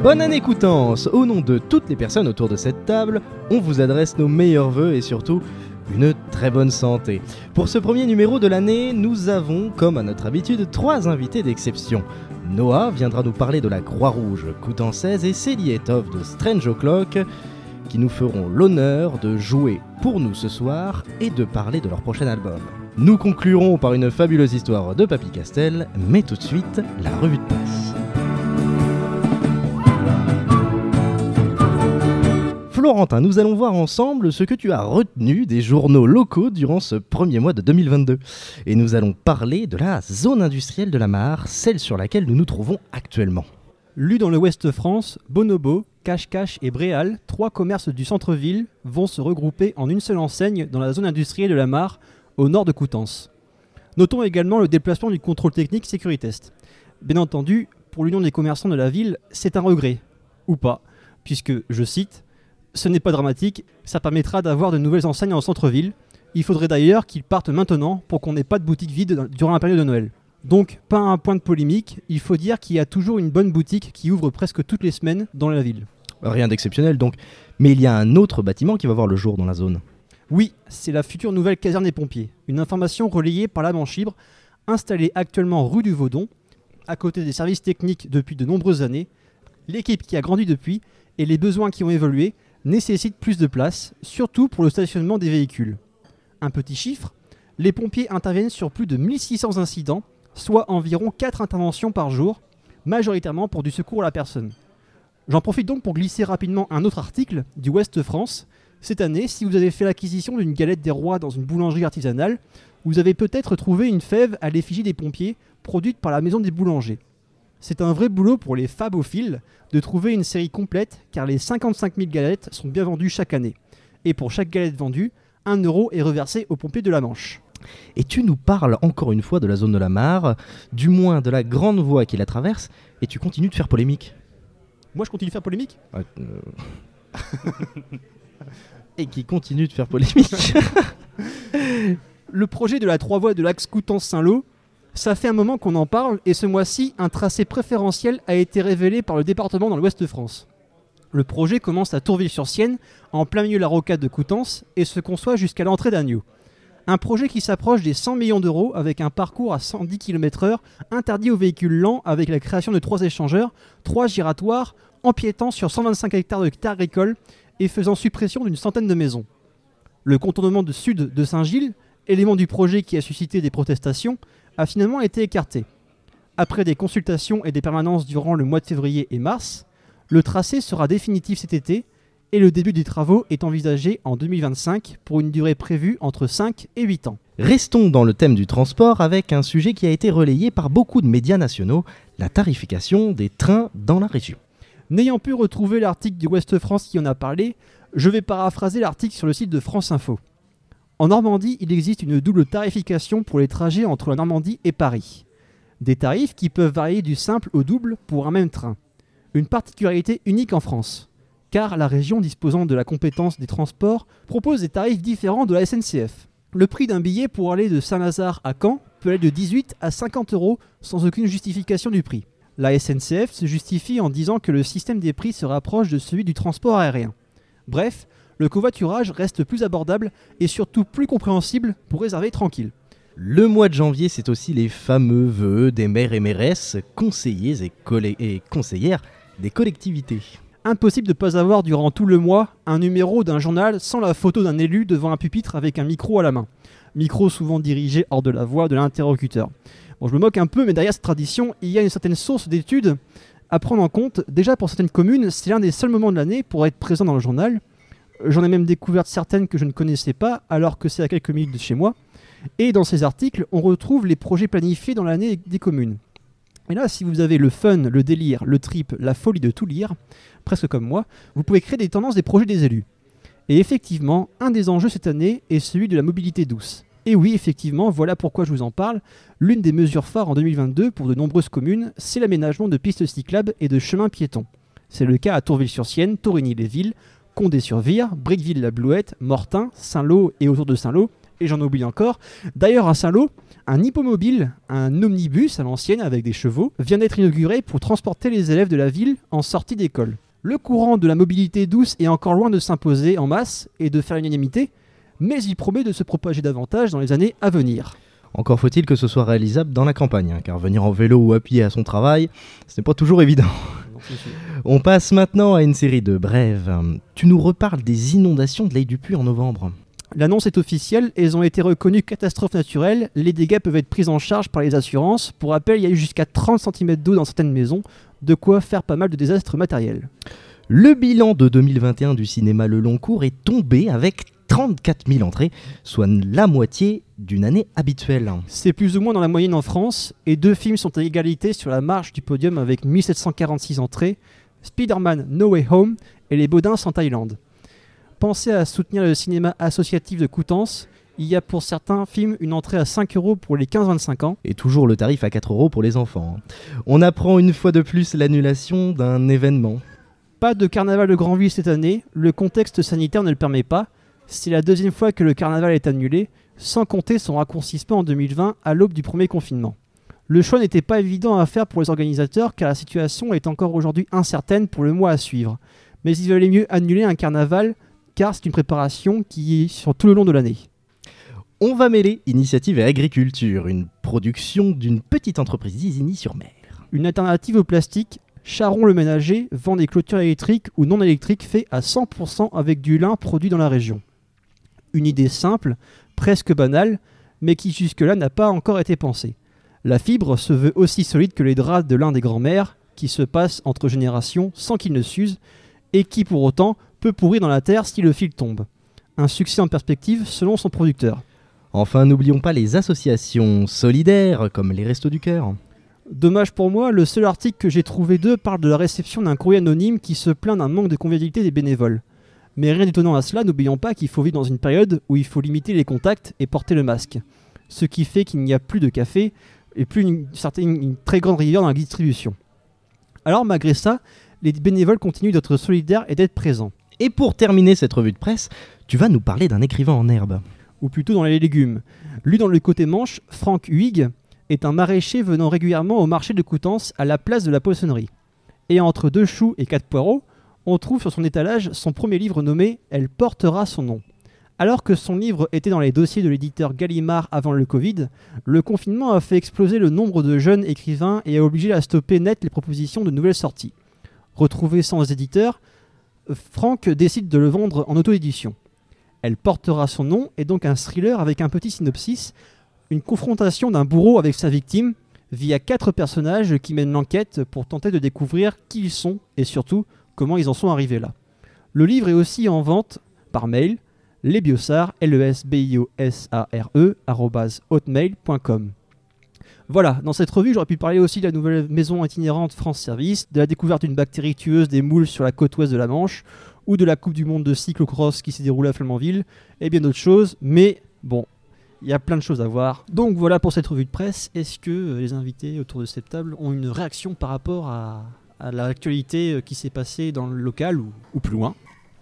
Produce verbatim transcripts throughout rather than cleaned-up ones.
Bonne année Coutances! Au nom de toutes les personnes autour de cette table, on vous adresse nos meilleurs vœux et surtout une très bonne santé. Pour ce premier numéro de l'année, nous avons, comme à notre habitude, trois invités d'exception. Noah viendra nous parler de la Croix-Rouge coutançaise et Célie Etov de Strange O'Clock qui nous feront l'honneur de jouer pour nous ce soir et de parler de leur prochain album. Nous conclurons par une fabuleuse histoire de Papy Castel, mais tout de suite, la revue de presse. Florentin, nous allons voir ensemble ce que tu as retenu des journaux locaux durant ce premier mois de deux mille vingt-deux. Et nous allons parler de la zone industrielle de la Mare, celle sur laquelle nous nous trouvons actuellement. Lu dans le Ouest France, Bonobo, Cache-Cache et Bréal, trois commerces du centre-ville, vont se regrouper en une seule enseigne dans la zone industrielle de la Mare, au nord de Coutances. Notons également le déplacement du contrôle technique Sécuritest. Bien entendu, pour l'union des commerçants de la ville, c'est un regret, ou pas, puisque, je cite, « Ce n'est pas dramatique, ça permettra d'avoir de nouvelles enseignes en centre-ville. Il faudrait d'ailleurs qu'ils partent maintenant pour qu'on n'ait pas de boutique vide durant la période de Noël. » Donc, pas un point de polémique, il faut dire qu'il y a toujours une bonne boutique qui ouvre presque toutes les semaines dans la ville. Rien d'exceptionnel donc, mais il y a un autre bâtiment qui va voir le jour dans la zone. Oui, c'est la future nouvelle caserne des pompiers, une information relayée par la Manchibre, installée actuellement rue du Vaudon, à côté des services techniques depuis de nombreuses années. L'équipe qui a grandi depuis et les besoins qui ont évolué nécessitent plus de place, surtout pour le stationnement des véhicules. Un petit chiffre, les pompiers interviennent sur plus de mille six cents incidents, soit environ quatre interventions par jour, majoritairement pour du secours à la personne. J'en profite donc pour glisser rapidement un autre article du Ouest France. Cette année, si vous avez fait l'acquisition d'une galette des rois dans une boulangerie artisanale, vous avez peut-être trouvé une fève à l'effigie des pompiers produite par la maison des boulangers. C'est un vrai boulot pour les fabophiles de trouver une série complète car les cinquante-cinq mille galettes sont bien vendues chaque année. Et pour chaque galette vendue, un euro est reversé aux pompiers de la Manche. Et tu nous parles encore une fois de la zone de la Mare, du moins de la grande voie qui la traverse, et tu continues de faire polémique. Moi je continue de faire polémique ouais, euh... Et qui continue de faire polémique. Le projet de la trois voies de l'axe Coutances-Saint-Lô, ça fait un moment qu'on en parle et ce mois-ci, un tracé préférentiel a été révélé par le département dans l'Ouest de France. Le projet commence à Tourville-sur-Sienne, en plein milieu de la rocade de Coutances et se conçoit jusqu'à l'entrée d'Agneaux. Un projet qui s'approche des cent millions d'euros avec un parcours à cent dix kilomètres heure interdit aux véhicules lents avec la création de trois échangeurs, trois giratoires, empiétant sur cent vingt-cinq hectares de terres agricoles et faisant suppression d'une centaine de maisons. Le contournement de sud de Saint-Gilles, élément du projet qui a suscité des protestations, a finalement été écarté. Après des consultations et des permanences durant le mois de février et mars, le tracé sera définitif cet été et le début des travaux est envisagé en deux mille vingt-cinq pour une durée prévue entre cinq et huit ans. Restons dans le thème du transport avec un sujet qui a été relayé par beaucoup de médias nationaux, la tarification des trains dans la région. N'ayant pu retrouver l'article du Ouest France qui en a parlé, je vais paraphraser l'article sur le site de France Info. En Normandie, il existe une double tarification pour les trajets entre la Normandie et Paris. Des tarifs qui peuvent varier du simple au double pour un même train. Une particularité unique en France, car la région disposant de la compétence des transports propose des tarifs différents de la S N C F. Le prix d'un billet pour aller de Saint-Lazare à Caen peut aller de dix-huit à cinquante euros sans aucune justification du prix. La S N C F se justifie en disant que le système des prix se rapproche de celui du transport aérien. Bref, le covoiturage reste plus abordable et surtout plus compréhensible pour réserver tranquille. Le mois de janvier, c'est aussi les fameux vœux des maires et mairesses, conseillers et, collè- et conseillères des collectivités. Impossible de ne pas avoir durant tout le mois un numéro d'un journal sans la photo d'un élu devant un pupitre avec un micro à la main. Micro souvent dirigé hors de la voix de l'interlocuteur. Bon, je me moque un peu, mais derrière cette tradition, il y a une certaine source d'études à prendre en compte. Déjà, pour certaines communes, c'est l'un des seuls moments de l'année pour être présent dans le journal. J'en ai même découvert certaines que je ne connaissais pas, alors que c'est à quelques minutes de chez moi. Et dans ces articles, on retrouve les projets planifiés dans l'année des communes. Et là, si vous avez le fun, le délire, le trip, la folie de tout lire, presque comme moi, vous pouvez créer des tendances des projets des élus. Et effectivement, un des enjeux cette année est celui de la mobilité douce. Et oui, effectivement, voilà pourquoi je vous en parle. L'une des mesures phares en deux mille vingt-deux pour de nombreuses communes, c'est l'aménagement de pistes cyclables et de chemins piétons. C'est le cas à Tourville-sur-Sienne, Torigny-les-Villes, Condé-sur-Vire, Briqueville-la-Blouette, Mortain, Saint-Lô et autour de Saint-Lô, et j'en oublie encore. D'ailleurs, à Saint-Lô, un hippomobile, un omnibus à l'ancienne avec des chevaux, vient d'être inauguré pour transporter les élèves de la ville en sortie d'école. Le courant de la mobilité douce est encore loin de s'imposer en masse et de faire l'unanimité, mais il promet de se propager davantage dans les années à venir. Encore faut-il que ce soit réalisable dans la campagne, hein, car venir en vélo ou à pied à son travail, ce n'est pas toujours évident. Non, c'est sûr. On passe maintenant à une série de brèves. Tu nous reparles des inondations de l'Aille du Puy en novembre. L'annonce est officielle, elles ont été reconnues catastrophes naturelles, les dégâts peuvent être pris en charge par les assurances. Pour rappel, il y a eu jusqu'à trente centimètres d'eau dans certaines maisons, de quoi faire pas mal de désastres matériels. Le bilan de deux mille vingt et un du cinéma Le Long Cours est tombé avec trente-quatre mille entrées, soit la moitié d'une année habituelle. C'est plus ou moins dans la moyenne en France, et deux films sont à égalité sur la marche du podium avec mille sept cent quarante-six entrées, Spider-Man No Way Home et Les Baudins en Thaïlande. Pensez à soutenir le cinéma associatif de Coutances. Il y a pour certains films une entrée à cinq euros pour les quinze vingt-cinq ans. Et toujours le tarif à quatre euros pour les enfants. On apprend une fois de plus l'annulation d'un événement. Pas de carnaval de Granville cette année, le contexte sanitaire ne le permet pas. C'est la deuxième fois que le carnaval est annulé, sans compter son raccourcissement en deux mille vingt à l'aube du premier confinement. Le choix n'était pas évident à faire pour les organisateurs car la situation est encore aujourd'hui incertaine pour le mois à suivre. Mais il valait mieux annuler un carnaval car c'est une préparation qui est sur tout le long de l'année. On va mêler initiative et agriculture, une production d'une petite entreprise d'Isigny-sur-Mer. Une alternative au plastique, Charon le Ménager vend des clôtures électriques ou non électriques faites à cent pour cent avec du lin produit dans la région. Une idée simple, presque banale, mais qui jusque-là n'a pas encore été pensée. La fibre se veut aussi solide que les draps de lin des grands-mères, qui se passent entre générations sans qu'ils ne s'usent, et qui pour autant peut pourrir dans la terre si le fil tombe. Un succès en perspective selon son producteur. Enfin, n'oublions pas les associations solidaires, comme les Restos du Cœur. Dommage pour moi, le seul article que j'ai trouvé d'eux parle de la réception d'un courrier anonyme qui se plaint d'un manque de convivialité des bénévoles. Mais rien d'étonnant à cela, n'oublions pas qu'il faut vivre dans une période où il faut limiter les contacts et porter le masque. Ce qui fait qu'il n'y a plus de café et plus une, certaine, une très grande rigueur dans la distribution. Alors malgré ça, les bénévoles continuent d'être solidaires et d'être présents. Et pour terminer cette revue de presse, tu vas nous parler d'un écrivain en herbe. Ou plutôt dans les légumes. Lui dans le côté Manche, Franck Huyghe est un maraîcher venant régulièrement au marché de Coutances à la place de la poissonnerie. Et entre deux choux et quatre poireaux, on trouve sur son étalage son premier livre nommé « Elle portera son nom ». Alors que son livre était dans les dossiers de l'éditeur Gallimard avant le Covid, le confinement a fait exploser le nombre de jeunes écrivains et a obligé à stopper net les propositions de nouvelles sorties. Retrouvé sans éditeur, Franck décide de le vendre en auto-édition. Elle portera son nom est donc un thriller avec un petit synopsis, une confrontation d'un bourreau avec sa victime via quatre personnages qui mènent l'enquête pour tenter de découvrir qui ils sont et surtout comment ils en sont arrivés là. Le livre est aussi en vente par mail, lesbiosards, L E S B I O S A R E, arobase hotmail point com. Voilà, dans cette revue, j'aurais pu parler aussi de la nouvelle maison itinérante France Service, de la découverte d'une bactérie tueuse des moules sur la côte ouest de la Manche, ou de la Coupe du Monde de cyclocross qui s'est déroulée à Flamanville, et bien d'autres choses, mais bon, il y a plein de choses à voir. Donc voilà pour cette revue de presse. Est-ce que les invités autour de cette table ont une réaction par rapport à, à l'actualité qui s'est passée dans le local ou, ou plus loin ?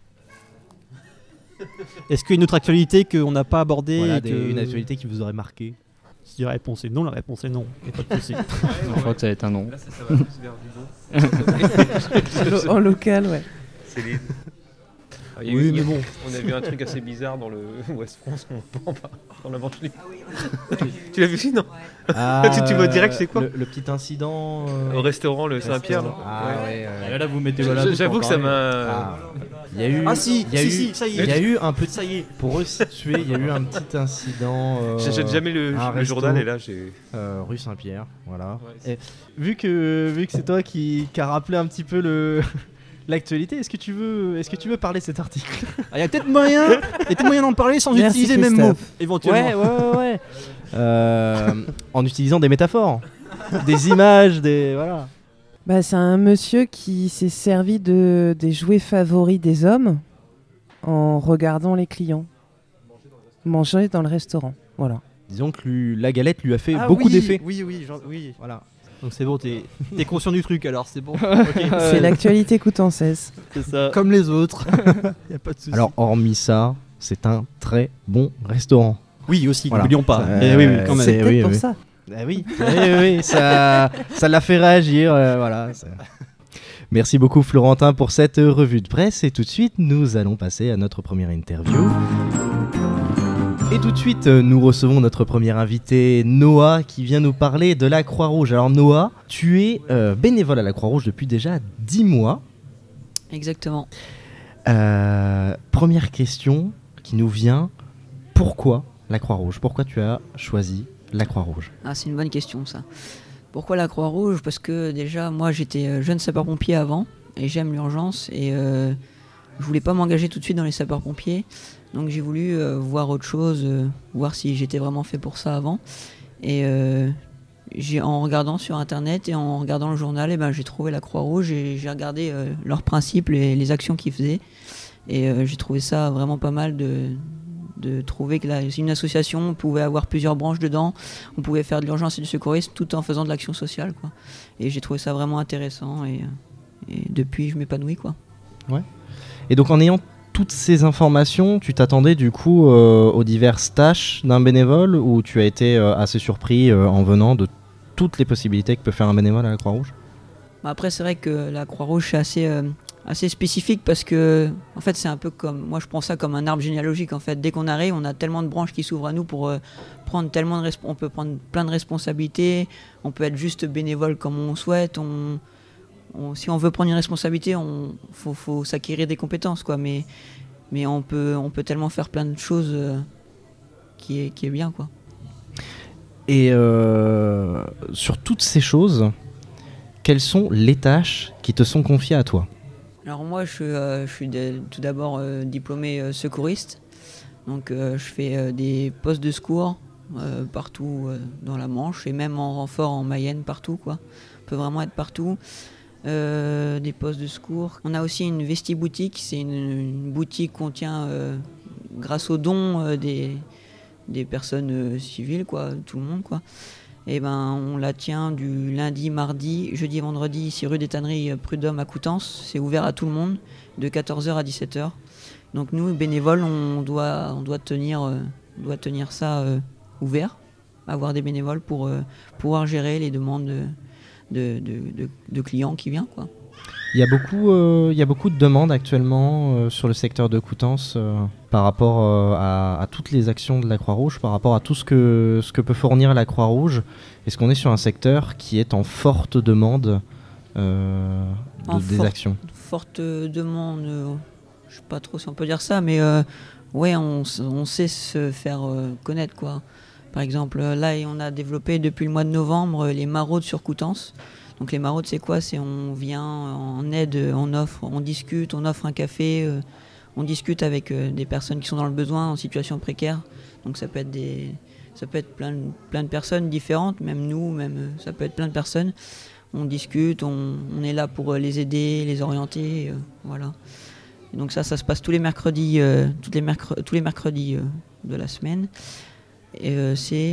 Est-ce qu'il y a une autre actualité qu'on n'a pas abordée Voilà, que... des, une actualité qui vous aurait marqué. Si la réponse est non, la réponse est non. Il n'y a pas de souci. Je crois que ça va être un non. Là, ça, ça va plus vers du bon. En local, ouais. Céline. Ah, il y a Oui, eu- mais bon. On a vu un truc assez bizarre dans le West France, on peut en parler, dans la Manche Libre. Tu l'as vu aussi, non Ah, Tu- tu vois direct, c'est quoi le, le petit incident euh, Au restaurant, le Saint-Pierre, là. Ah Ouais. ouais, ouais. Là, vous mettez J- J'avoue que ça m'a. Ah. Il y a eu, Ah si, il y a si, eu, si, ça y est. il y a eu un petit, ça y est, pour resituer, il y a eu un petit incident. Euh, J'achète jamais le, un le resto, journal et là j'ai. euh, rue Saint-Pierre, voilà. Ouais, Et vu que vu que c'est toi qui, qui a rappelé un petit peu le l'actualité, est-ce que tu veux est-ce que tu veux parler de cet article? Ah, il y a peut-être moyen, il y a peut-être moyen d'en parler sans Merci, utiliser le même mot, Christophe. éventuellement. Ouais, ouais, ouais. ouais. Euh, en utilisant des métaphores, des images, des voilà. Bah, c'est un monsieur qui s'est servi de, des jouets favoris des hommes en regardant les clients manger dans le restaurant. Voilà. Disons que lui- la galette lui a fait Ah beaucoup oui, d'effets. Oui, oui, genre- oui. Voilà. Donc c'est bon, t'es t'es conscient du truc alors, c'est bon. Ok. C'est l'actualité coutançaise. C'est ça. Comme les autres. Y a pas de souci. Alors hormis ça, c'est un très bon restaurant. Oui, aussi, Voilà. n'oublions pas. Euh, Eh oui, oui, quand même. c'est- C'est peut-être oui, pour oui. ça. Ah oui, oui, oui, oui, ça, ça l'a fait réagir. euh, voilà. ça- Merci beaucoup Florentin pour cette euh, revue de presse et tout de suite nous allons passer à notre première interview. Et tout de suite euh, nous recevons notre premier invité Noah qui vient nous parler de la Croix-Rouge. Alors Noah, tu es euh, bénévole à la Croix-Rouge depuis déjà dix mois. Exactement. Euh, première question qui nous vient, pourquoi la Croix-Rouge? Pourquoi tu as choisi la Croix-Rouge? Ah, c'est une bonne question ça. Pourquoi la Croix-Rouge? Parce que déjà, moi j'étais euh, jeune sapeur-pompier avant et j'aime l'urgence et euh, je voulais pas m'engager tout de suite dans les sapeurs-pompiers. Donc j'ai voulu euh, voir autre chose, euh, voir si j'étais vraiment fait pour ça avant. Et euh, j'ai, en regardant sur internet et en regardant le journal, eh ben, j'ai trouvé la Croix-Rouge et j'ai regardé euh, leurs principes, les, les actions qu'ils faisaient. Et euh, j'ai trouvé ça vraiment pas mal de, de trouver que là, c'est une association, on pouvait avoir plusieurs branches dedans, on pouvait faire de l'urgence et du secourisme tout en faisant de l'action sociale, quoi. Et j'ai trouvé ça vraiment intéressant et, et depuis je m'épanouis, quoi. Et donc en ayant toutes ces informations, tu t'attendais du coup euh, aux diverses tâches d'un bénévole ou tu as été euh, assez surpris euh, en venant de toutes les possibilités que peut faire un bénévole à la Croix-Rouge? Bah après c'est vrai que la Croix-Rouge c'est assez, euh, assez spécifique parce que en fait c'est un peu comme, moi je prends ça comme un arbre généalogique en fait. Dès qu'on arrive on a tellement de branches qui s'ouvrent à nous pour euh, prendre tellement de resp- on peut prendre plein de responsabilités, on peut être juste bénévole comme on souhaite, on, on, si on veut prendre une responsabilité il faut, faut s'acquérir des compétences quoi, mais, mais on, peut, on peut tellement faire plein de choses euh, qui, est, qui est bien quoi. Et euh, sur toutes ces choses, quelles sont les tâches qui te sont confiées à toi? Alors moi je, euh, je suis de- tout d'abord euh, diplômé euh, secouriste, donc euh, je fais euh, des postes de secours euh, partout euh, dans la Manche et même en renfort en Mayenne, partout quoi. On peut vraiment être partout. Euh, des postes de secours. On a aussi une vesti-boutique, c'est une, une boutique qu'on tient euh, grâce aux dons euh, des, des personnes euh, civiles, quoi, tout le monde quoi. Et ben on la tient du lundi, mardi, jeudi et vendredi ici rue des Tanneries Prud'homme à Coutances. C'est ouvert à tout le monde de quatorze heures à dix-sept heures. Donc nous bénévoles on doit, on doit, tenir, euh, on doit tenir ça euh, ouvert, avoir des bénévoles pour euh, pouvoir gérer les demandes de, de, de, de, de clients qui viennent quoi. Il y a beaucoup, euh, il y a beaucoup de demandes actuellement euh, sur le secteur de Coutances euh, par rapport euh, à, à toutes les actions de la Croix-Rouge, par rapport à tout ce que, ce que peut fournir la Croix-Rouge. Est-ce qu'on est sur un secteur qui est en forte demande euh, de, En des forte- actions? Forte demande, euh, je sais pas trop si on peut dire ça, mais euh, ouais, on, s- on sait se faire euh, connaître quoi. Par exemple, euh, là, on a développé depuis le mois de novembre euh, les maraudes sur Coutances. Donc les maraudes, c'est quoi? C'est on vient en aide, on offre, on discute, on offre un café, euh, on discute avec euh, des personnes qui sont dans le besoin, en situation précaire. Donc ça peut être des, ça peut être plein, de- plein de personnes différentes, même nous, même euh, ça peut être plein de personnes. On discute, on, on est là pour euh, les aider, les orienter, euh, voilà. Et donc ça, ça se passe tous les mercredis, euh, toutes les mercre- tous les mercredis euh, de la semaine. Et euh, c'est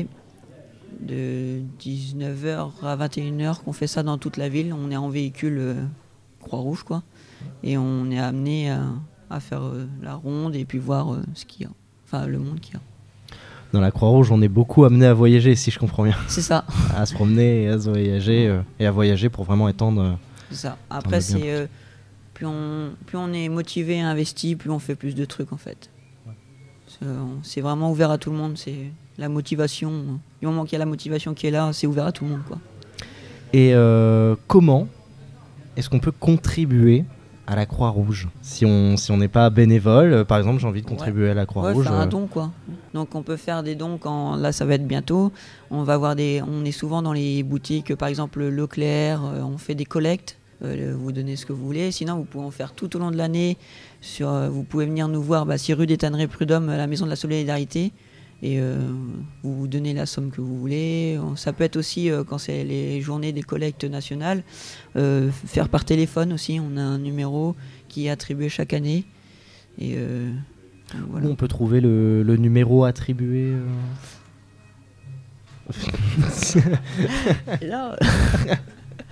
de dix-neuf heures à vingt et une heures qu'on fait ça dans toute la ville. On est en véhicule euh, Croix-Rouge, quoi. Et on est amené à, à faire euh, la ronde et puis voir euh, ce qu'il y a. Enfin, le monde qu'il y a. Dans la Croix-Rouge, on est beaucoup amené à voyager, si je comprends bien. C'est ça. À se promener et à se voyager, euh, et à voyager pour vraiment étendre... euh, C'est ça. Attends, Après, je veux bien c'est euh, plus, on, plus on est motivé, investi, plus on fait plus de trucs, en fait. C'est, euh, c'est vraiment ouvert à tout le monde. C'est la motivation. Du moment qu'il y a la motivation qui est là, c'est ouvert à tout le monde, quoi. Et euh, comment est-ce qu'on peut contribuer à la Croix-Rouge? Si on si on n'est pas bénévole, euh, par exemple, j'ai envie de contribuer à la Ouais, Croix-Rouge. faire un euh, don quoi. Donc on peut faire des dons quand là ça va être bientôt. On va avoir des, on est souvent dans les boutiques, par exemple Leclerc. euh, on fait des collectes. Euh, vous donnez ce que vous voulez. Sinon vous pouvez en faire tout au long de l'année. Sur, euh, vous pouvez venir nous voir. Bah, c'est rue des Tanneries Prud'homme, à la Maison de la Solidarité. Et euh, vous vous donnez la somme que vous voulez. Ça peut être aussi euh, quand c'est les journées des collectes nationales, euh, faire par téléphone aussi. On a un numéro qui est attribué chaque année. Et euh, donc, voilà. Où on peut trouver le, le numéro attribué euh Et là,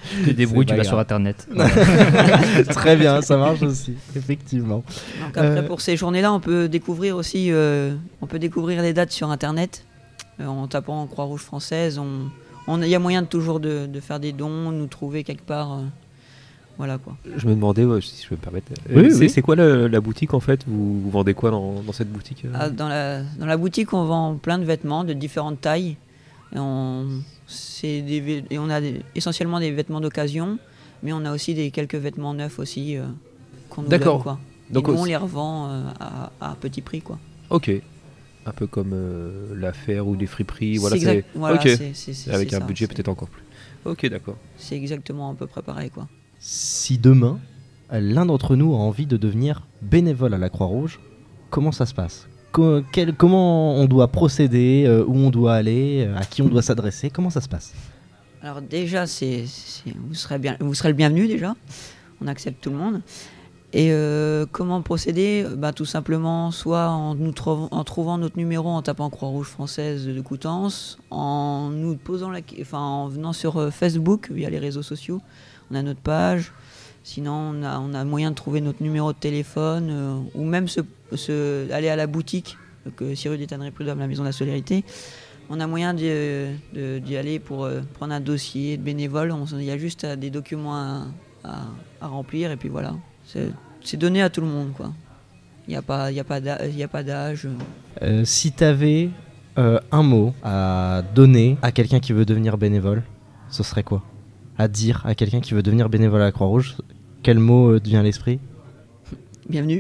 Tu te débrouilles, C'est tu pas vas sur grave. internet. Très bien, ça marche aussi, effectivement. Donc après, Euh, pour ces journées-là, on peut découvrir aussi, euh, on peut découvrir les dates sur Internet. Euh, en tapant en Croix-Rouge française, on, on, il y a moyen de toujours de, de faire des dons, nous trouver quelque part. euh, voilà quoi. Je me demandais, ouais, si je peux me permettre, Oui, euh, c'est, oui. c'est quoi la, la boutique en fait, vous, vous vendez quoi dans, dans cette boutique euh Ah, dans, la, dans la boutique, on vend plein de vêtements de différentes tailles. Et on, c'est des, vê- et on a des- essentiellement des vêtements d'occasion, mais on a aussi des, quelques vêtements neufs aussi euh, qu'on nous D'accord. donne. Quoi. Donc, et nous, au- on les revend euh, à, à petit prix. Quoi. Ok. Un peu comme euh, l'affaire ou des friperies, voilà, c'est exact- c'est... voilà, ok. c'est- c'est- c'est- Avec c'est un ça, budget c'est- peut-être encore plus. Ok, d'accord. C'est exactement à peu près pareil. Quoi. Si demain, l'un d'entre nous a envie de devenir bénévole à la Croix-Rouge, comment ça se passe Co- quel- Comment on doit procéder, euh, où on doit aller, euh, à qui on doit s'adresser, comment ça se passe? Alors déjà, c'est, c'est- vous, serez bien, vous serez le bienvenu déjà. On accepte tout le monde. Et euh, comment procéder? Bah, tout simplement, soit en, nous trou- en trouvant notre numéro en tapant Croix-Rouge française de Coutances, en nous posant la, enfin, en venant sur euh, Facebook via les réseaux sociaux. On a notre page. Sinon, on a, on a moyen de trouver notre numéro de téléphone euh, ou même se, se- aller à la boutique, donc six rue des Tanneries Prud'homme, la Maison de la Solidarité. On a moyen d'y, de- d'y aller pour euh, prendre un dossier de bénévole. On- Il y a juste euh, des documents à, à- à remplir et puis voilà. C'est, c'est donné à tout le monde, quoi. Il n'y a pas, il y a pas d'a- il y a pas d'âge. Euh, si tu avais un mot à donner à quelqu'un qui veut devenir bénévole, ce serait quoi? À dire à quelqu'un qui veut devenir bénévole à la Croix-Rouge, quel mot euh, te vient à l'esprit? Bienvenue.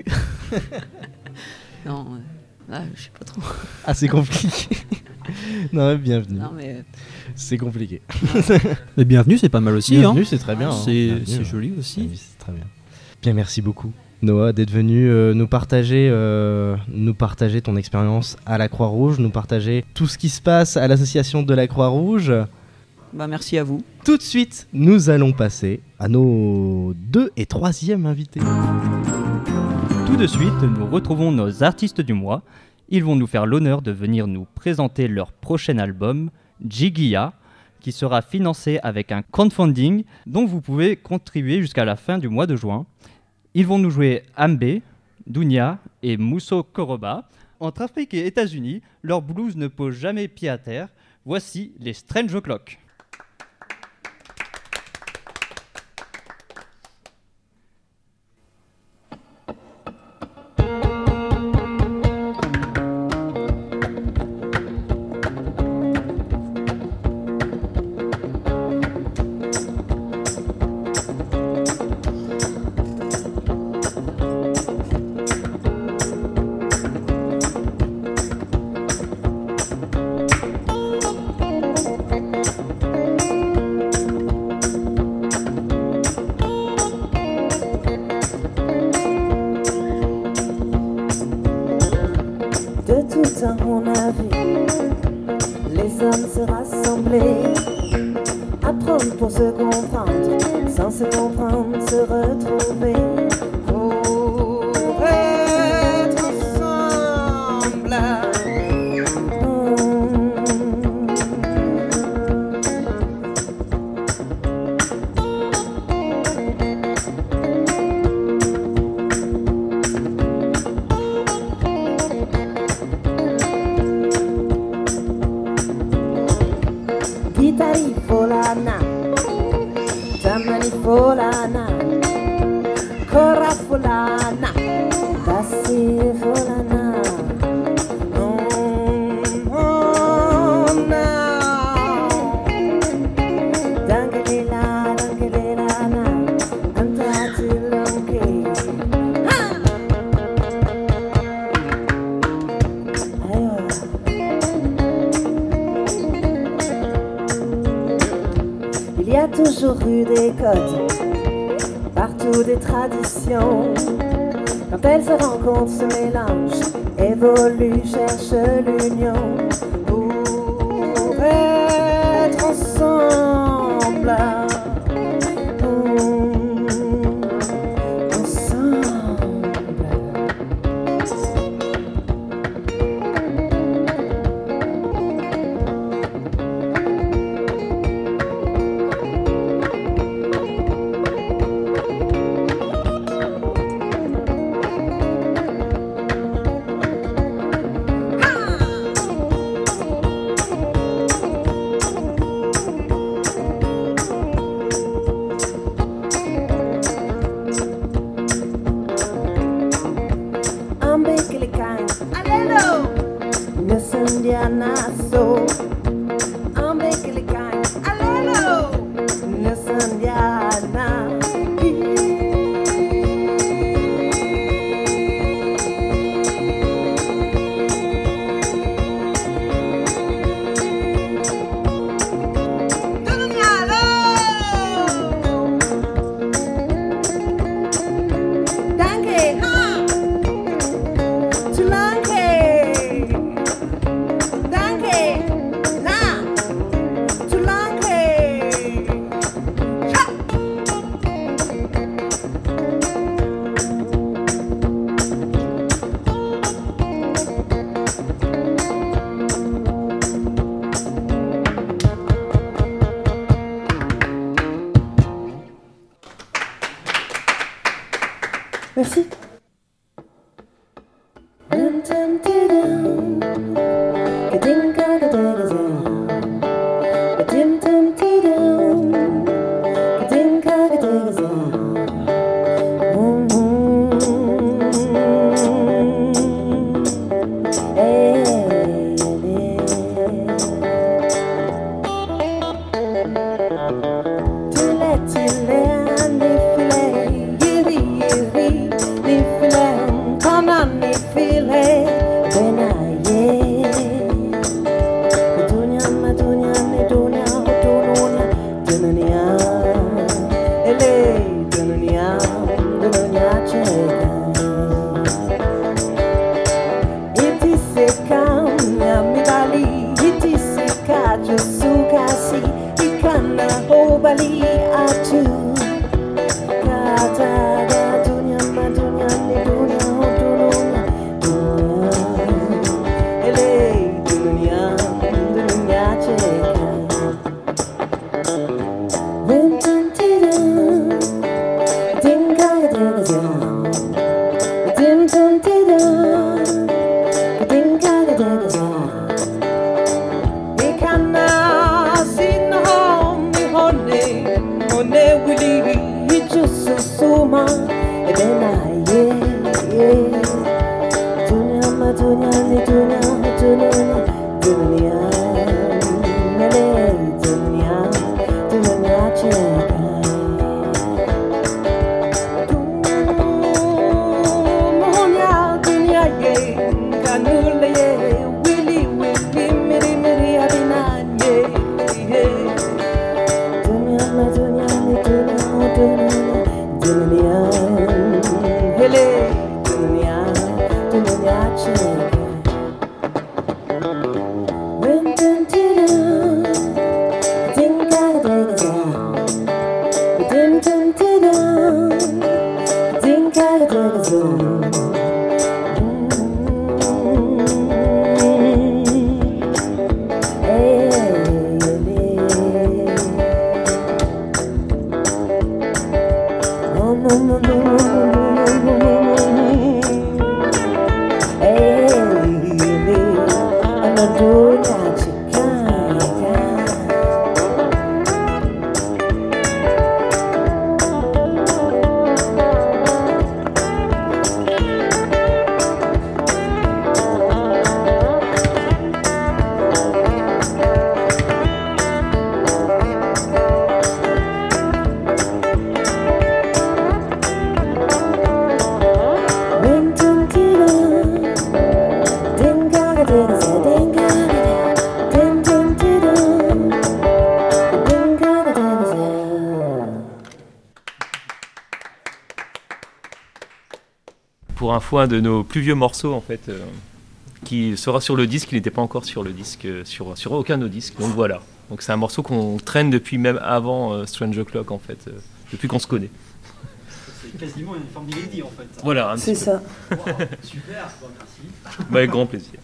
non, euh, ah, je sais pas trop. Ah, c'est compliqué. Non, mais bienvenue. Non, mais, euh, C'est compliqué. Mais bienvenue, c'est pas mal aussi. Bienvenue, hein. c'est très bien. hein. C'est Bienvenue, c'est ouais. joli aussi. Bienvenue, c'est très bien. Bien, merci beaucoup, Noah, d'être venu euh, nous partager, euh, nous partager ton expérience à la Croix-Rouge, nous partager tout ce qui se passe à l'association de la Croix-Rouge. bah, merci à vous. Tout de suite, nous allons passer à nos deux et troisième invités. Tout de suite, nous retrouvons nos artistes du mois. Ils vont nous faire l'honneur de venir nous présenter leur prochain album, Jigia, qui sera financé avec un crowdfunding dont vous pouvez contribuer jusqu'à la fin du mois de juin. Ils vont nous jouer Ambe, Dunia et Mousso Koroba. Entre Afrique et États-Unis, leur blues ne pose jamais pied à terre. Voici les Strange O'Clock. De tout temps on a vu les hommes se rassembler, apprendre pour se comprendre, sans se comprendre se retrouver, pour être ensemble. Guitari folana, tamani folana, kora folana, basi folana. Oh, oh, no. Dangelela, dangelela, na, antatilonke. Ha! Ayo. Il y a toujours eu des codes, partout des traditions. Quand elles se rencontrent, se mélangent, évoluent, cherchent l'union pour être ensemble. Mmh, ensemble. Merci. Pour info, un de nos plus vieux morceaux en fait, euh, qui sera sur le disque, il n'était pas encore sur le disque, euh, sur, sur aucun de nos disques. Donc voilà. Donc c'est un morceau qu'on traîne depuis même avant euh, Strange O'Clock en fait, euh, depuis qu'on se connaît. C'est quasiment une forme d'inédit en fait. Voilà. Un C'est petit peu. ça. Wow, super, bon, merci. Bah, avec grand plaisir.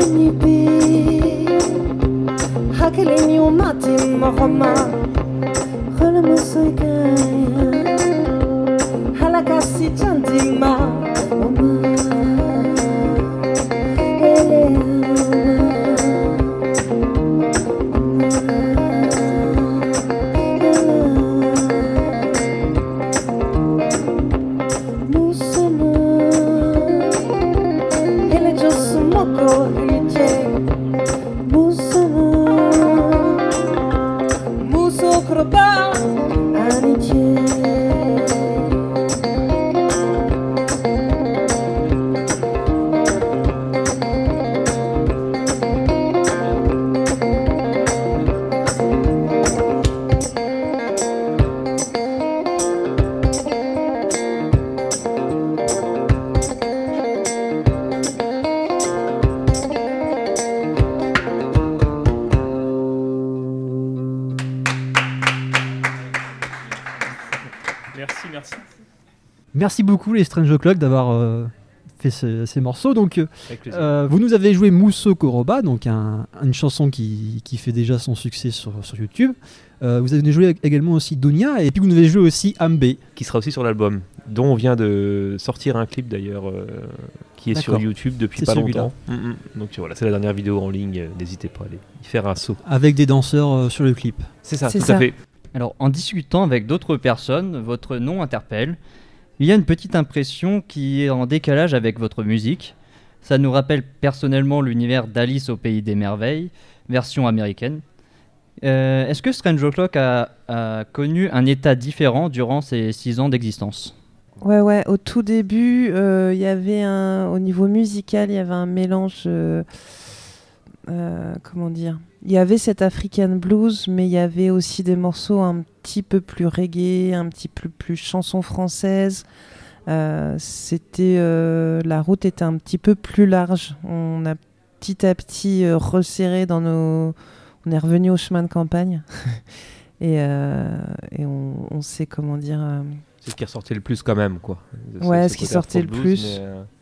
nipi hakele ni umati mahoma khole musoikaya halakasi chantima oma ele Merci, merci. Merci beaucoup les Strange O'Clock d'avoir euh, fait ce- ces morceaux. Donc, euh, Avec plaisir. euh, vous nous avez joué Mousso Koroba, donc un- une chanson qui, qui fait déjà son succès sur, sur YouTube. Euh, vous avez joué également aussi Dunia, et puis vous nous avez joué aussi Ambé. Qui sera aussi sur l'album, dont on vient de sortir un clip d'ailleurs, euh, qui est sur D'accord. YouTube depuis C'est pas celui-là. longtemps. Mm, mm. Donc voilà, c'est la dernière vidéo en ligne, euh, n'hésitez pas à aller y faire un saut. Avec des danseurs euh, sur le clip. C'est ça, C'est tout ça. à fait. Alors, en discutant avec d'autres personnes, votre nom interpelle. Il y a une petite impression qui est en décalage avec votre musique. Ça nous rappelle personnellement l'univers d'Alice au Pays des Merveilles, version américaine. Euh, Est-ce que Strange O'Clock a, a connu un état différent durant ses six ans d'existence ? Ouais, ouais, au tout début, euh, il y avait un, au niveau musical, il y avait un mélange, euh, euh, comment dire, il y avait cet African blues, mais il y avait aussi des morceaux un petit peu plus reggae, un petit peu plus chanson française. Euh, c'était, euh, la route était un petit peu plus large. On a petit à petit euh, resserré dans nos, on est revenu au chemin de campagne et, euh, et on, on sait comment dire. euh, C'est ce qui ressortait le plus quand même, quoi. C'est- Ouais, ce ce qui côté sortait le afro-blues, plus. mais, euh,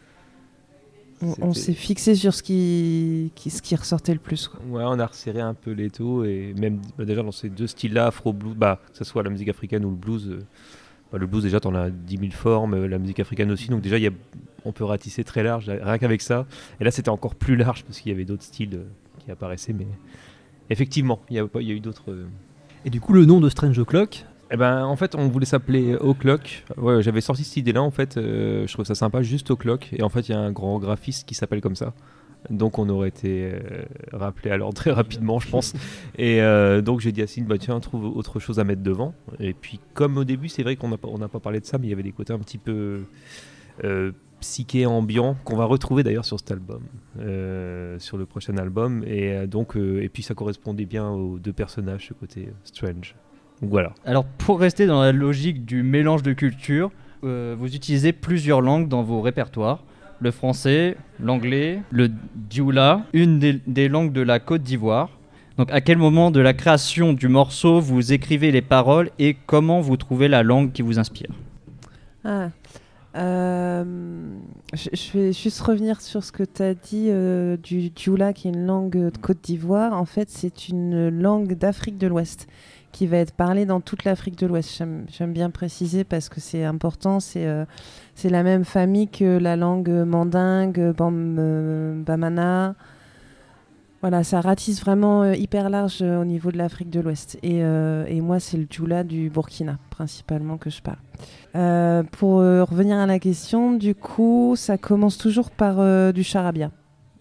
On, on C'était- s'est fixé sur ce qui, qui, ce qui ressortait le plus, quoi. Ouais, on a resserré un peu les taux et même bah, déjà dans ces deux styles-là, afro-blues, bah, que ce soit la musique africaine ou le blues, euh, bah, le blues déjà t'en as dix mille formes, euh, la musique africaine aussi, donc déjà il y a, on peut ratisser très large, rien qu'avec ça. Et là c'était encore plus large parce qu'il y avait d'autres styles euh, qui apparaissaient, mais effectivement, il y a, pas- il y a eu d'autres. euh, Et du coup, le nom de Strange O'Clock, Eh ben, en fait, on voulait s'appeler O'Clock. Ouais, j'avais sorti cette idée-là, en fait. euh, je trouve ça sympa, juste O'Clock. Et en fait, il y a un grand graphiste qui s'appelle comme ça. Donc, on aurait été euh, rappelé à l'ordre très rapidement, je pense. Et euh, donc, j'ai dit à Cine, bah tiens, trouve autre chose à mettre devant. Et puis, comme au début, c'est vrai qu'on n'a pas, on n'a pas parlé de ça, mais il y avait des côtés un petit peu euh, psyché, ambiants, qu'on va retrouver d'ailleurs sur cet album, euh, sur le prochain album. Et euh, donc, euh, et puis, ça correspondait bien aux deux personnages, ce côté euh, strange. Donc, voilà. Alors, pour rester dans la logique du mélange de cultures, euh, vous utilisez plusieurs langues dans vos répertoires. Le français, l'anglais, le dioula, une des, des langues de la Côte d'Ivoire. Donc, à quel moment de la création du morceau vous écrivez les paroles et comment vous trouvez la langue qui vous inspire ? Ah. Euh, je, je vais juste revenir sur ce que tu as dit euh, du dioula, qui est une langue de Côte d'Ivoire. En fait, c'est une langue d'Afrique de l'Ouest qui va être parlée dans toute l'Afrique de l'Ouest. J'aime, j'aime bien préciser parce que c'est important. C'est, euh, c'est la même famille que la langue mandingue, bam, euh, bamana. Voilà, ça ratisse vraiment euh, hyper large euh, au niveau de l'Afrique de l'Ouest. Et, euh, et moi, c'est le dioula du Burkina, principalement, que je parle. Euh, pour euh, revenir à la question, du coup, ça commence toujours par euh, du charabia.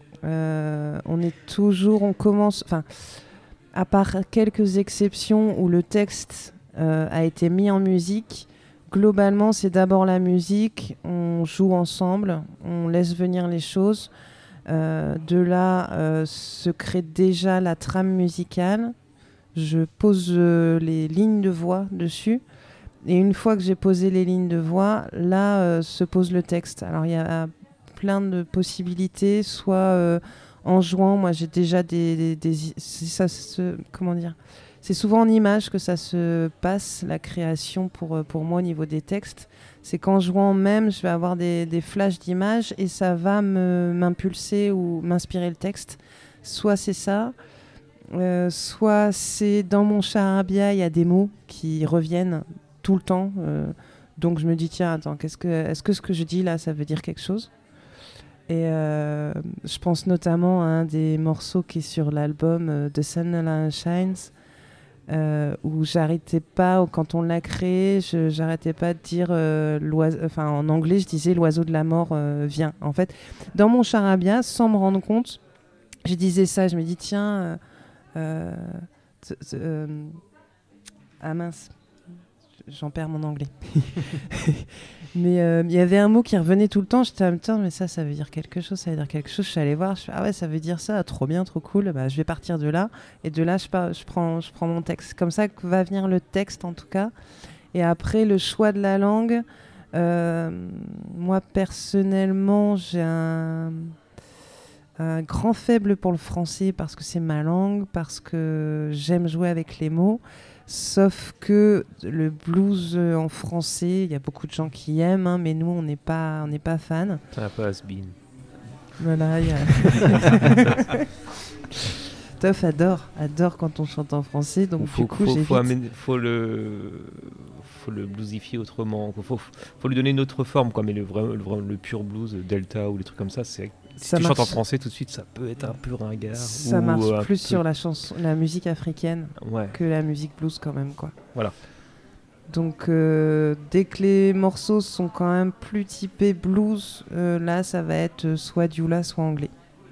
Euh, on est toujours, on commence, enfin, à part quelques exceptions où le texte euh, a été mis en musique, globalement, c'est d'abord la musique, on joue ensemble, on laisse venir les choses. Euh, de là euh, se crée déjà la trame musicale. Je pose euh, les lignes de voix dessus. Et une fois que j'ai posé les lignes de voix, là euh, se pose le texte. Alors il y a plein de possibilités, soit euh, en jouant, moi j'ai déjà des, des, des c'est ça, c'est- comment dire, c'est souvent en images que ça se passe, la création pour, pour moi au niveau des textes. C'est qu'en jouant même, je vais avoir des, des flashs d'images et ça va me, m'impulser ou m'inspirer le texte. Soit c'est ça, euh, soit c'est dans mon charabia, il y a des mots qui reviennent tout le temps. Euh, donc je me dis, tiens, attends, qu'est-ce que, est-ce que ce que je dis là, ça veut dire quelque chose ? Et euh, je pense notamment à un des morceaux qui est sur l'album euh, The Sun Shines, euh, où j'arrêtais pas, quand on l'a créé, je, j'arrêtais pas de dire, euh, enfin en anglais, je disais l'oiseau de la mort euh, vient. En fait, dans mon charabia, sans me rendre compte, je disais ça, je me dis, tiens, euh, euh, t- t- euh, ah mince, j'en perds mon anglais. Mais il euh, y avait un mot qui revenait tout le temps. J'étais en même temps, mais ça, ça veut dire quelque chose, ça veut dire quelque chose. Je suis allée voir, je fais, ah ouais, ça veut dire ça, trop bien, trop cool. Bah, je vais partir de là. Et de là, je, pars, je, prends, je prends mon texte. Comme ça que va venir le texte, en tout cas. Et après, le choix de la langue. Euh, moi, personnellement, j'ai un, un grand faible pour le français parce que c'est ma langue, parce que j'aime jouer avec les mots. Sauf que le blues en français, il y a beaucoup de gens qui aiment, hein, mais nous, on n'est pas, on n'est pas fans. C'est un peu has-been. Voilà, il y a... Toff adore, adore quand on chante en français, donc faut, du coup, faut, j'évite. faut, amener- faut le, faut le bluesifier autrement. Faut, faut, faut lui donner une autre forme, quoi. Mais le vrai, le, vrai- le pur blues, Delta ou les trucs comme ça, c'est si Ça tu chantes en marche. français tout de suite, ça peut être un peu ringard. Ça ou marche un plus peu- sur la chanson, la musique africaine Ouais. que la musique blues quand même, quoi. Voilà. Donc euh, dès que les morceaux sont quand même plus typés blues, euh, là, ça va être euh, soit dioula, soit anglais.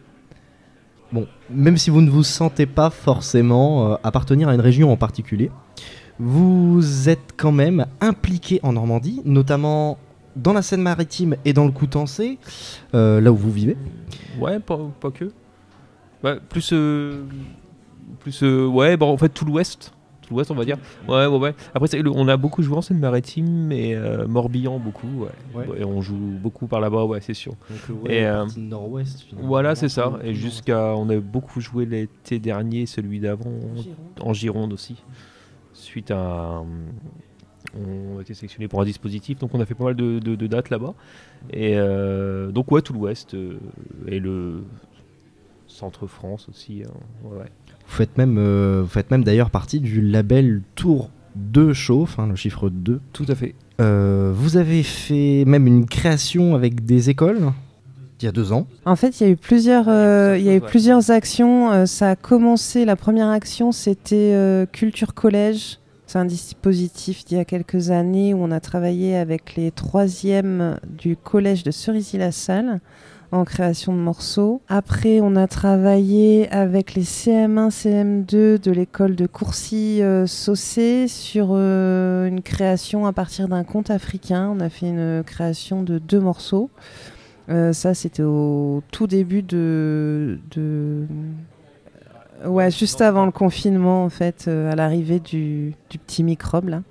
Bon, même si vous ne vous sentez pas forcément euh, appartenir à une région en particulier, vous êtes quand même impliqué en Normandie, notamment dans la Seine-Maritime et dans le Coutançais, euh, là où vous vivez. Ouais, pas, pas que. Ouais, plus, euh, plus, euh, ouais, bon, en fait tout l'Ouest, tout l'Ouest, on va dire. Ouais, ouais, ouais. Après, c'est le- on a beaucoup joué en Seine-Maritime et euh, Morbihan beaucoup. Ouais. Ouais. Ouais, on joue beaucoup par là-bas, ouais, c'est sûr. Donc, Et, la euh, partie nord-ouest, finalement. Voilà, c'est ça. Nord- Et jusqu'à, on a beaucoup joué l'été dernier, celui d'avant, en Gironde aussi. Suite à, un- on a été sélectionné pour un dispositif, donc on a fait pas mal de, de- de dates là-bas. Et euh, donc ouais, tout l'Ouest euh, et le centre France aussi. Hein. Ouais, ouais. Vous faites même, euh, vous faites même d'ailleurs partie du label Tour deux Chauffe, hein, le chiffre deux. Tout à fait. Euh, vous avez fait même une création avec des écoles il y a deux ans. En fait, il y a eu plusieurs, euh, il y a eu Ouais. plusieurs actions. Euh, ça a commencé, la première action, c'était euh, Culture Collège. C'est un dispositif d'il y a quelques années où on a travaillé avec les troisièmes du collège de Cerisy-la-Salle en création de morceaux. Après, on a travaillé avec les C M un, C M deux de l'école de Courcy-Saucé sur euh, une création à partir d'un conte africain. On a fait une création de deux morceaux. Euh, ça, c'était au tout début de, de... Ouais, juste avant le confinement, en fait, euh, à l'arrivée du, du petit microbe, là.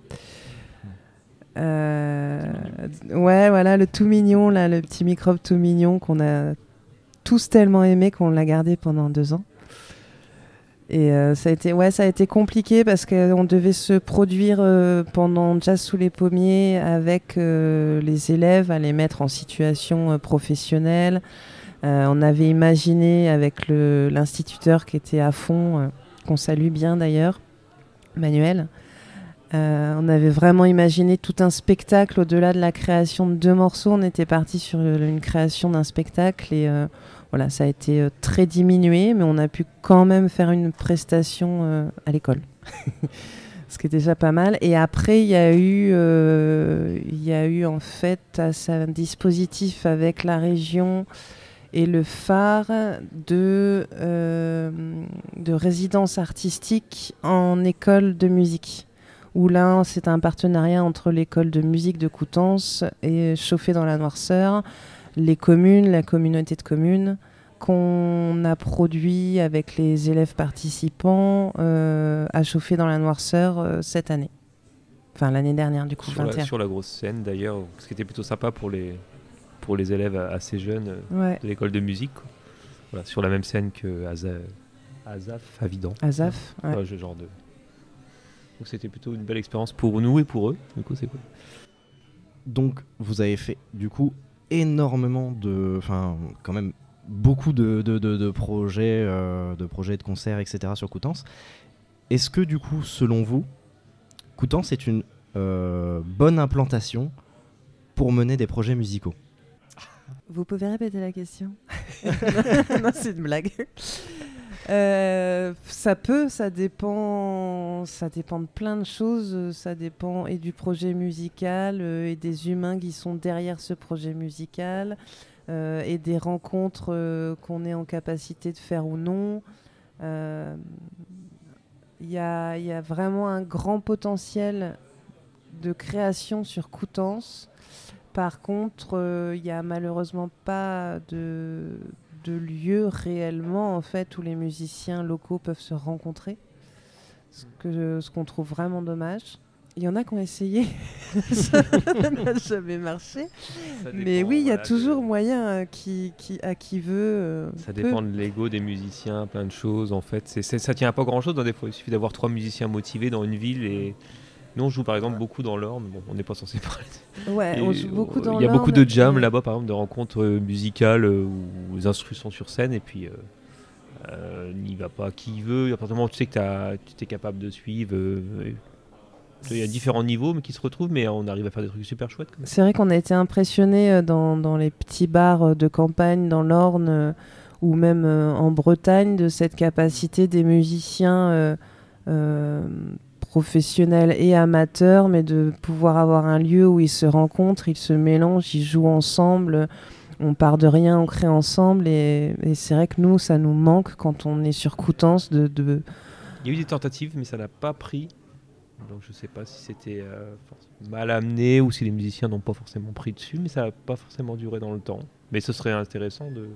Euh, ouais, voilà, le tout mignon, là, le petit microbe tout mignon qu'on a tous tellement aimé qu'on l'a gardé pendant deux ans. Et euh, ça a été, ouais, ça a été compliqué parce qu'on devait se produire euh, pendant Jazz sous les pommiers avec euh, les élèves, à les mettre en situation euh, professionnelle. Euh, on avait imaginé avec le, l'instituteur qui était à fond, euh, qu'on salue bien d'ailleurs, Manuel. Euh, on avait vraiment imaginé tout un spectacle au-delà de la création de deux morceaux. On était parti sur une création d'un spectacle et euh, voilà, ça a été euh, très diminué, mais on a pu quand même faire une prestation euh, à l'école. Ce qui est déjà pas mal. Et après, il y a eu, euh, il y a eu en fait un dispositif avec la région et le phare de, euh, de résidence artistique en école de musique. Où là, c'est un partenariat entre l'école de musique de Coutances et Chauffé dans la Noirceur, les communes, la communauté de communes, qu'on a produit avec les élèves participants euh, à Chauffé dans la Noirceur euh, cette année. Enfin, l'année dernière, du coup, Sur vingt et un. la, sur la grosse scène d'ailleurs, ce qui était plutôt sympa pour les, pour les élèves assez jeunes euh, Ouais, de l'école de musique. Quoi. Voilà, sur la même scène que Aza- Azaf, Avidan. Azaf. Ouais. Ouais, ce genre de, Donc c'était plutôt une belle expérience pour nous et pour eux. Du coup, c'est cool. Donc vous avez fait du coup énormément de, enfin quand même beaucoup de, de, de, de projets, euh, de projets de concerts, et cetera sur Coutances. Est-ce que du coup, selon vous, Coutances est une euh, bonne implantation pour mener des projets musicaux? Vous pouvez répéter la question? Non, c'est une blague. Euh, ça peut, ça dépend, ça dépend de plein de choses. Ça dépend et du projet musical euh, et des humains qui sont derrière ce projet musical euh, et des rencontres euh, qu'on est en capacité de faire ou non. Il euh, y a, y a vraiment un grand potentiel de création sur Coutances. Par contre, il euh, n'y a malheureusement pas de, de lieu réellement en fait, où les musiciens locaux peuvent se rencontrer, ce, que, ce qu'on trouve vraiment dommage. Il y en a qui ont essayé, ça n'a jamais marché. Mais oui, il y a voilà, toujours de... moyen euh, qui, qui, à qui veut. Euh, ça peut. dépend de l'ego des musiciens, plein de choses. En fait, c'est, c'est, ça tient à pas grand-chose. Hein, des fois, il suffit d'avoir trois musiciens motivés dans une ville et... Nous, on joue par exemple beaucoup dans l'Orne. Bon, on n'est pas censé parler. Ouais, et on joue beaucoup dans l'Orne. Il y a beaucoup de jams là-bas, par exemple, de rencontres euh, musicales euh, où les instrus sont sur scène et puis euh, euh, n'y va pas qui veut. À partir du moment où tu sais que tu es capable de suivre, euh, il y a différents niveaux mais qui se retrouvent, mais on arrive à faire des trucs super chouettes. Quand même. C'est vrai qu'on a été impressionnés dans, dans les petits bars de campagne dans l'Orne euh, ou même euh, en Bretagne de cette capacité des musiciens. Euh, euh, professionnels et amateurs, mais de pouvoir avoir un lieu où ils se rencontrent, ils se mélangent, ils jouent ensemble, on part de rien, on crée ensemble, et, et c'est vrai que nous, ça nous manque quand on est sur Coutances de, de... Il y a eu des tentatives, mais ça n'a pas pris, donc je ne sais pas si c'était euh, mal amené ou si les musiciens n'ont pas forcément pris dessus, mais ça n'a pas forcément duré dans le temps. Mais ce serait intéressant de...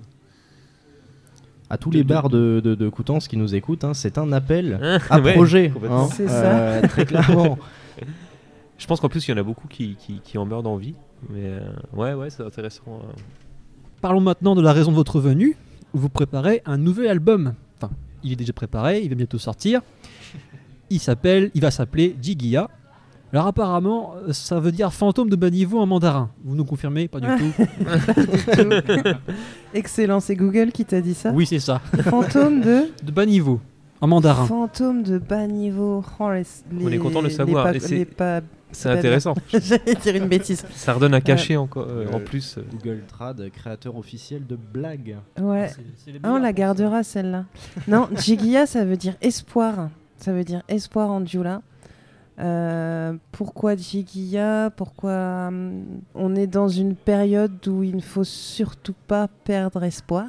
À tous les bars de, de, de Coutances qui nous écoutent, hein, c'est un appel hein, à ouais, projet. Hein, c'est euh, ça. Très clairement. Je pense qu'en plus, il y en a beaucoup qui, qui, qui en meurent d'envie. Mais euh, ouais, ouais, c'est intéressant. Euh. Parlons maintenant de la raison de votre venue. Vous préparez un nouvel album. Enfin, il est déjà préparé, il va bientôt sortir. Il s'appelle, il va s'appeler Jigiya. Alors apparemment, ça veut dire fantôme de bas niveau en mandarin. Vous nous confirmez? Pas du tout. Pas du tout. Excellent, c'est Google qui t'a dit ça? Oui, c'est ça. Fantôme de de bas niveau en mandarin. Fantôme de bas niveau. Oh, les, On est content de le savoir. Pa- Et c'est, pa- c'est intéressant. J'allais dire une bêtise. Ça redonne un cachet euh, encore, euh, euh, en plus. Google Trad, créateur officiel de blagues. Ouais. C'est, c'est les ah, on la gardera ça. celle-là. Non, Jigiya, ça veut dire espoir. Ça veut dire espoir en djoula. Euh, pourquoi Jigiya? Pourquoi hum, on est dans une période où il ne faut surtout pas perdre espoir.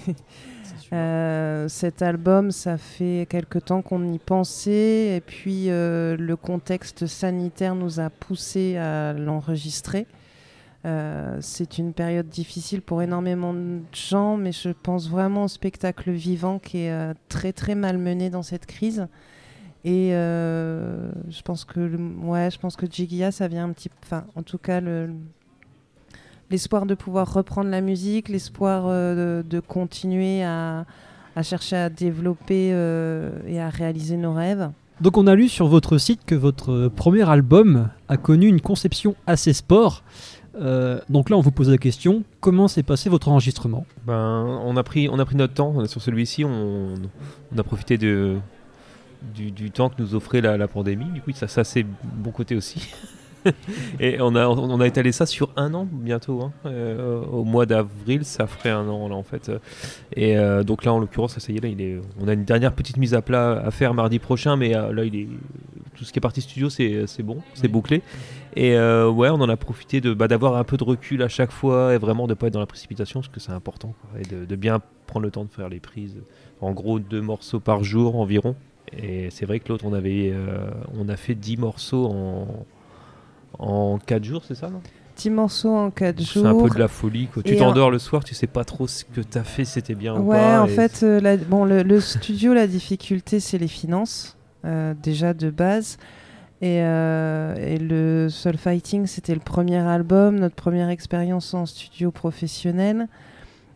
euh, cet album, ça fait quelque temps qu'on y pensait et puis euh, le contexte sanitaire nous a poussé à l'enregistrer. Euh, c'est une période difficile pour énormément de gens, mais je pense vraiment au spectacle vivant qui est euh, très très malmené dans cette crise. Et euh, je pense que le, ouais, je pense que Jigiya, ça vient un petit, enfin, en tout cas, le, l'espoir de pouvoir reprendre la musique, l'espoir euh, de, de continuer à, à chercher à développer euh, et à réaliser nos rêves. Donc on a lu sur votre site que votre premier album a connu une conception assez sport. Euh, donc là, on vous pose la question, comment s'est passé votre enregistrement? Ben, on a pris, on a pris notre temps sur celui-ci. On, on a profité de Du, du temps que nous offrait la, la pandémie. Du coup, ça, ça c'est bon côté aussi. Et on a, on a étalé ça sur un an bientôt. Hein. Euh, au mois d'avril, ça ferait un an là en fait. Et euh, donc là, en l'occurrence, ça, ça y est, là, il est, on a une dernière petite mise à plat à faire mardi prochain, mais euh, là, il est, tout ce qui est partie studio, c'est, c'est bon, c'est oui. bouclé. Et euh, ouais, on en a profité de, bah, d'avoir un peu de recul à chaque fois et vraiment de pas être dans la précipitation, parce que c'est important, quoi, et de, de bien prendre le temps de faire les prises. En gros, deux morceaux par jour environ. Et c'est vrai que l'autre, on avait, euh, on a fait dix morceaux en, en quatre jours, c'est ça, non? dix morceaux en quatre jours. C'est un peu de la folie, quoi. Tu t'endors en... le soir, tu sais pas trop ce que t'as fait, c'était bien ouais, ou pas. Ouais, en et fait, euh, la, bon, le, le studio, la difficulté, c'est les finances, euh, déjà de base. Et, euh, et le Soul Fighting, c'était le premier album, notre première expérience en studio professionnel.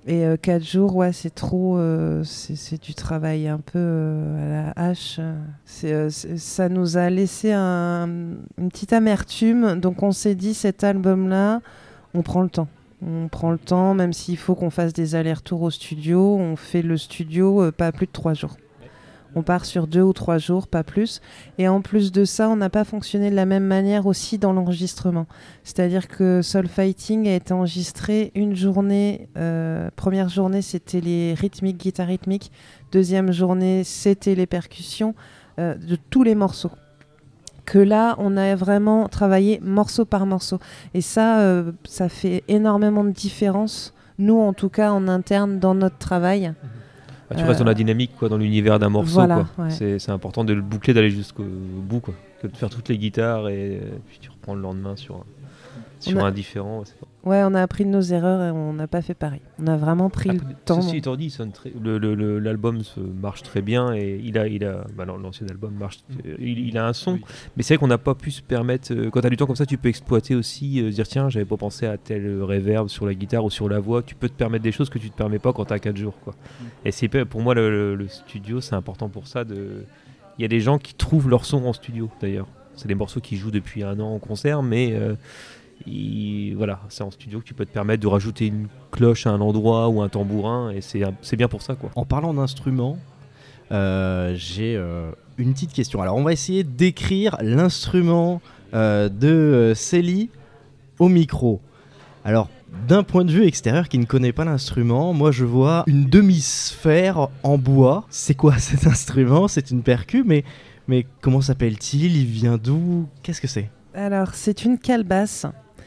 Et euh, quatre jours, ouais, c'est trop. Euh, c'est, c'est du travail un peu euh, à la hache. C'est, euh, c'est, ça nous a laissé un, une petite amertume. Donc on s'est dit, cet album-là, on prend le temps. On prend le temps, même s'il faut qu'on fasse des allers-retours au studio. On fait le studio euh, pas plus de trois jours. On part sur deux ou trois jours, pas plus. Et en plus de ça, on n'a pas fonctionné de la même manière aussi dans l'enregistrement. C'est-à-dire que Soul Fighting a été enregistré une journée. Euh, première journée, c'était les rythmiques, guitare rythmique. Deuxième journée, c'était les percussions euh, de tous les morceaux. Que là, on a vraiment travaillé morceau par morceau. Et ça, euh, ça fait énormément de différence. Nous, en tout cas, en interne, dans notre travail. Ah, tu restes dans la dynamique, quoi, dans l'univers d'un morceau. Voilà, quoi. ouais. C'est, c'est important de le boucler, d'aller jusqu'au bout, quoi. Que de faire toutes les guitares et, et puis tu reprends le lendemain sur un, sur a... un différent. Ouais, c'est pas... ouais, on a appris de nos erreurs et on n'a pas fait pareil. On a vraiment pris Après, le temps. Ceci étant dit, il sonne très... le, le, le, l'album se marche très bien et il a, il a... Bah, l'ancien album marche, il, il a un son, oui. Mais c'est vrai qu'on n'a pas pu se permettre. Quand tu as du temps comme ça, tu peux exploiter aussi, euh, dire tiens, j'avais pas pensé à tel reverb sur la guitare ou sur la voix. Tu peux te permettre des choses que tu te permets pas quand tu as quatre jours, quoi. Mm. Et c'est pour moi le, le, le studio, c'est important pour ça. De... Il y a des gens qui trouvent leur son en studio d'ailleurs. C'est des morceaux qui jouent depuis un an en concert, mais euh, il, voilà, c'est en studio que tu peux te permettre de rajouter une cloche à un endroit ou un tambourin, et c'est, c'est bien pour ça, quoi. En parlant d'instruments, euh, j'ai euh, une petite question. Alors, on va essayer de décrire l'instrument euh, de euh, Célie au micro. Alors, d'un point de vue extérieur qui ne connaît pas l'instrument, moi je vois une demi-sphère en bois. C'est quoi cet instrument ? C'est une percu, mais... Mais comment s'appelle-t-il ? Il vient d'où ? Qu'est-ce que c'est ? Alors, c'est une calebasse.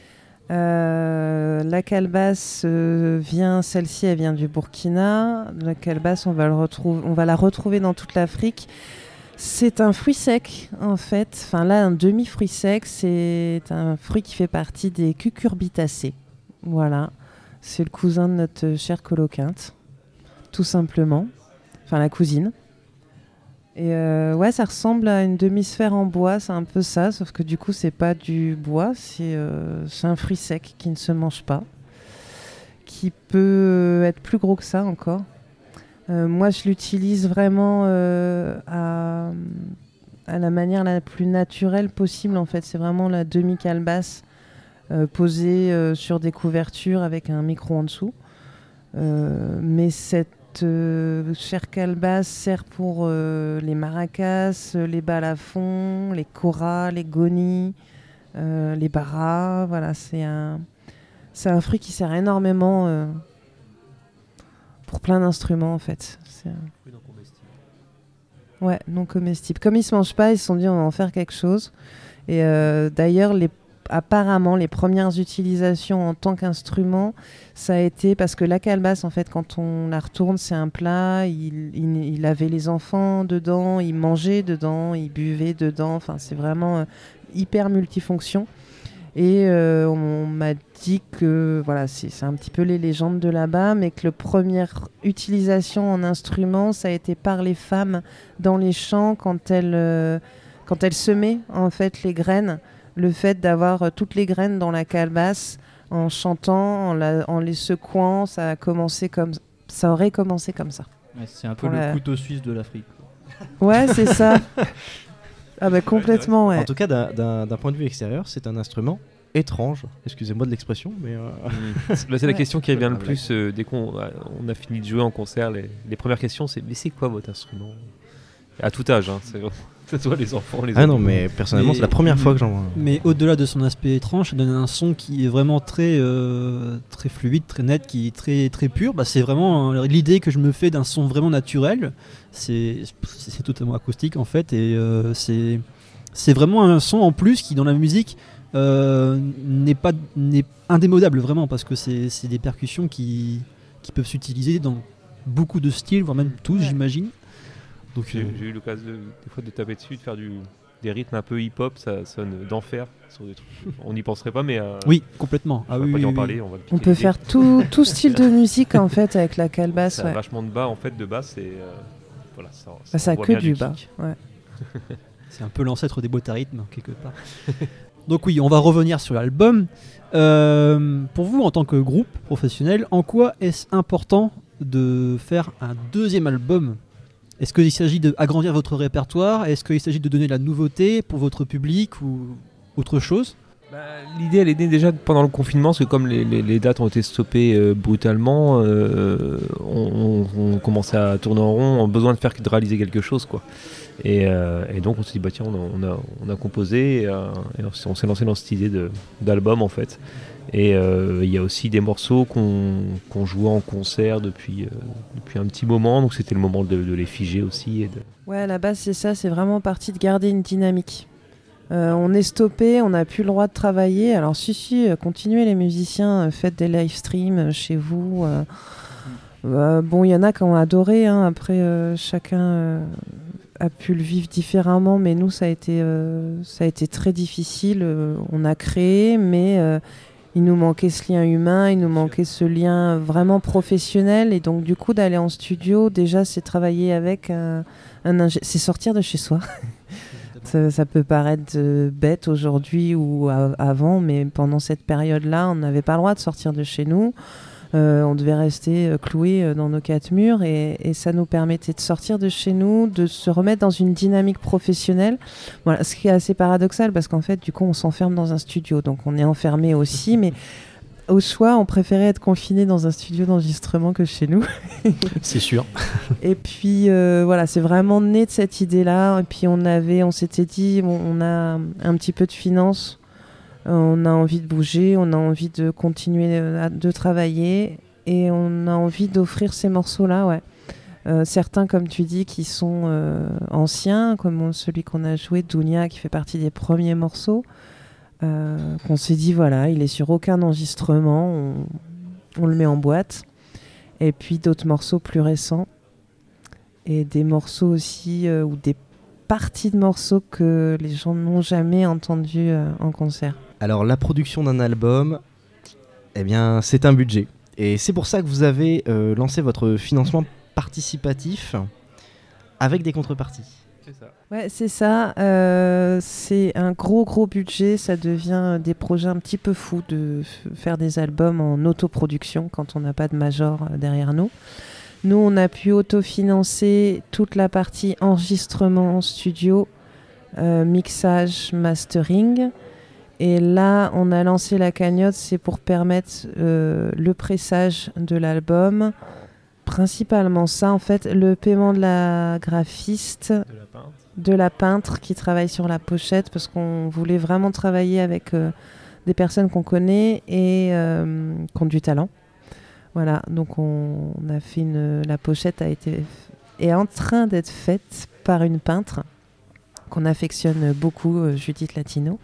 Euh, la calebasse euh, vient, celle-ci, elle vient du Burkina. La calebasse, on va, le retrouve, on va la retrouver dans toute l'Afrique. C'est un fruit sec, en fait. Enfin, là, un demi-fruit sec. C'est un fruit qui fait partie des cucurbitacées. Voilà. C'est le cousin de notre chère coloquinte, tout simplement. Enfin, la cousine. Et euh, ouais, ça ressemble à une demi-sphère en bois, c'est un peu ça, sauf que du coup, c'est pas du bois, c'est, euh, c'est un fruit sec qui ne se mange pas, qui peut être plus gros que ça encore. Euh, moi, je l'utilise vraiment euh, à, à la manière la plus naturelle possible, en fait. C'est vraiment la demi-calebasse euh, posée euh, sur des couvertures avec un micro en dessous. Euh, mais cette Euh, chère calebasse sert pour euh, les maracas, les balafons, les koras, les gonis, euh, les baras. Voilà, c'est un, c'est un fruit qui sert énormément euh, pour plein d'instruments en fait. C'est un... non comestible. Ouais, non comestible. Comme ils se mangent pas, ils se sont dit on va en faire quelque chose. Et euh, d'ailleurs, les apparemment, les premières utilisations en tant qu'instrument, ça a été parce que la calebasse, en fait, quand on la retourne, c'est un plat. Il, il, il avait les enfants dedans, il mangeait dedans, il buvait dedans. Enfin, c'est vraiment euh, hyper multifonction. Et euh, on m'a dit que, voilà, c'est, c'est un petit peu les légendes de là-bas, mais que la première utilisation en instrument, ça a été par les femmes dans les champs quand elles, euh, quand elles semaient, en fait, les graines. Le fait d'avoir euh, toutes les graines dans la calebasse en chantant, en, la, en les secouant, ça a commencé comme ça aurait commencé comme ça. Ouais, c'est un peu Pour le la... couteau suisse de l'Afrique. Ouais, c'est ça. Ah bah complètement, ouais. En tout cas, d'un, d'un, d'un point de vue extérieur, c'est un instrument étrange. Excusez-moi de l'expression, mais... Euh... Mmh. C'est, bah, c'est la question qui revient le plus euh, dès qu'on on a fini de jouer en concert. Les, les premières questions, c'est « Mais c'est quoi votre instrument ?» À tout âge, hein, c'est vraiment... Que ce soit les enfants, les Ah adultes. non, mais personnellement, Mais- c'est la première fois que j'en vois. Mais au-delà de son aspect étrange, ça donne un son qui est vraiment très, euh, très fluide, très net, qui est très, très pur. Bah, c'est vraiment euh, l'idée que je me fais d'un son vraiment naturel. C'est, c'est totalement acoustique en fait, et euh, c'est, c'est vraiment un son en plus qui, dans la musique, euh, n'est pas n'est indémodable vraiment, parce que c'est, c'est des percussions qui, qui peuvent s'utiliser dans beaucoup de styles, voire même tous, Ouais. j'imagine. Donc, J'ai, euh, j'ai eu l'occasion de, des fois de taper dessus, de faire du, des rythmes un peu hip-hop, ça sonne d'enfer sur des trucs. On n'y penserait pas, mais euh, oui, complètement. on Ah va oui, pas y oui, en oui. parler. On, va le piquer On peut l'idée. faire tout, tout style de musique en fait avec la calebasse. Ça a Ouais. vachement de bas en fait, de basse et euh, voilà. Ça, Bah, ça a envoie que bien du kick. bas. Ouais. C'est un peu l'ancêtre des boîtes à rythme, quelque part. Donc oui, on va revenir sur l'album. Euh, pour vous, en tant que groupe professionnel, en quoi est-ce important de faire un deuxième album ? Est-ce qu'il s'agit d'agrandir votre répertoire ? Est-ce qu'il s'agit de donner de la nouveauté pour votre public ou autre chose ? Bah, l'idée, elle est née déjà pendant le confinement, parce que comme les, les, les dates ont été stoppées euh, brutalement, euh, on, on, on commençait à tourner en rond, on a besoin de faire de réaliser quelque chose, quoi. Et, euh, et donc on s'est dit, bah tiens, on a, on a, on a composé, et, euh, et on s'est lancé dans cette idée de, d'album, en fait. Et il euh, y a aussi des morceaux qu'on, qu'on jouait en concert depuis, euh, depuis un petit moment, donc c'était le moment de, de les figer aussi. Et de... Ouais, à la base, c'est ça, c'est vraiment parti de garder une dynamique. Euh, on est stoppé, on n'a plus le droit de travailler. Alors si, si, euh, continuez les musiciens, euh, faites des live streams euh, chez vous. Euh, euh, bon, il y en a qui ont adoré, hein. Après, euh, chacun euh, a pu le vivre différemment, mais nous, ça a été, euh, ça a été très difficile. Euh, on a créé, mais euh, il nous manquait ce lien humain, il nous manquait ce lien vraiment professionnel. Et donc, du coup, d'aller en studio, déjà, c'est travailler avec un, un ingé... C'est sortir de chez soi. Ça, ça peut paraître euh, bête aujourd'hui ou a- avant, mais pendant cette période-là, on n'avait pas le droit de sortir de chez nous. Euh, on devait rester euh, cloués euh, dans nos quatre murs et, et ça nous permettait de sortir de chez nous, de se remettre dans une dynamique professionnelle. Voilà, ce qui est assez paradoxal parce qu'en fait, du coup, on s'enferme dans un studio. Donc, on est enfermé aussi, mais au choix, on préférait être confiné dans un studio d'enregistrement que chez nous. C'est sûr. Et puis euh, voilà, c'est vraiment né de cette idée-là. Et puis on avait, on s'était dit, bon, on a un petit peu de finances, on a envie de bouger, on a envie de continuer de, de travailler et on a envie d'offrir ces morceaux-là, ouais. Euh, certains, comme tu dis, qui sont euh, anciens, comme celui qu'on a joué, Dounia, qui fait partie des premiers morceaux. Euh, qu'on s'est dit voilà, il est sur aucun enregistrement, on, on le met en boîte. Et puis d'autres morceaux plus récents et des morceaux aussi euh, ou des parties de morceaux que les gens n'ont jamais entendus euh, en concert. Alors la production d'un album, eh bien c'est un budget et c'est pour ça que vous avez euh, lancé votre financement participatif avec des contreparties. C'est ça. Ouais, c'est ça. Euh, c'est un gros, gros budget. Ça devient des projets un petit peu fous de f- faire des albums en autoproduction quand on n'a pas de major euh, derrière nous. Nous, on a pu autofinancer toute la partie enregistrement en studio, euh, mixage, mastering. Et là, on a lancé la cagnotte, c'est pour permettre euh, le pressage de l'album. Principalement ça, en fait, le paiement de la graphiste, De la peintre. de la peintre qui travaille sur la pochette, parce qu'on voulait vraiment travailler avec euh, des personnes qu'on connaît et euh, qui ont du talent. Voilà, donc on, on a fait une... La pochette a été est en train d'être faite par une peintre qu'on affectionne beaucoup, euh, Judith Latino.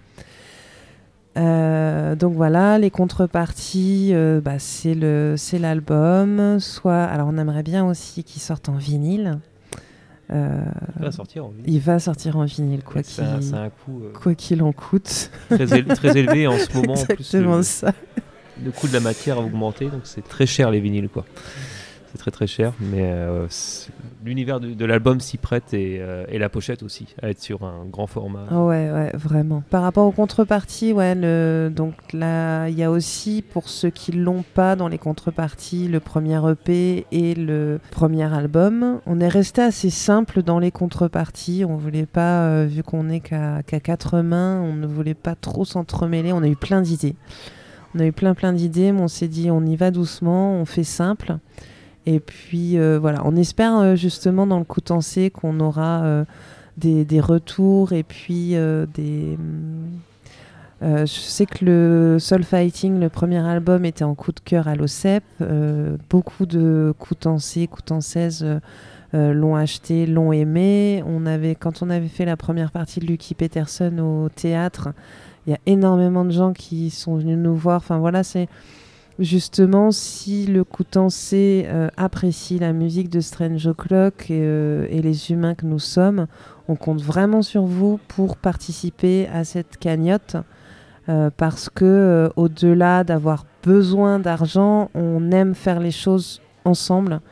Euh, donc voilà, les contreparties, euh, bah, c'est, le, c'est l'album. Soit, alors on aimerait bien aussi qu'il sorte en vinyle. Euh, Il va sortir en vinyle. il va sortir en vinyle, quoi, C'est un, c'est un coût euh, quoi qu'il en coûte. très, éle- très élevé en ce moment. En plus, Exactement le, ça. le coût de la matière a augmenté, donc c'est très cher les vinyles, quoi. C'est très très cher, mais euh, c'est- l'univers de, de l'album s'y prête et, euh, et la pochette aussi, à être sur un grand format. Ah ouais, ouais, vraiment. Par rapport aux contreparties, ouais, le, donc là, il y a aussi, pour ceux qui l'ont pas dans les contreparties, le premier E P et le premier album. On est resté assez simple dans les contreparties. On voulait pas, euh, vu qu'on est qu'à, qu'à quatre mains, on ne voulait pas trop s'entremêler. On a eu plein d'idées. On a eu plein plein d'idées, mais on s'est dit, on y va doucement, on fait simple. Et puis euh, voilà, on espère euh, justement dans le Coutançais qu'on aura euh, des, des retours et puis euh, des... Euh, je sais que le Soul Fighting, le premier album, était en coup de cœur à l'O C E P. Euh, beaucoup de Coutançais, Coutançaises euh, euh, l'ont acheté, l'ont aimé. On avait, quand on avait fait la première partie de Lucky Peterson au théâtre, il y a énormément de gens qui sont venus nous voir. Enfin voilà, c'est... Justement, si le Coutançais euh, apprécie la musique de Strange O'Clock et, euh, et les humains que nous sommes, on compte vraiment sur vous pour participer à cette cagnotte euh, parce que euh, au-delà d'avoir besoin d'argent, on aime faire les choses ensemble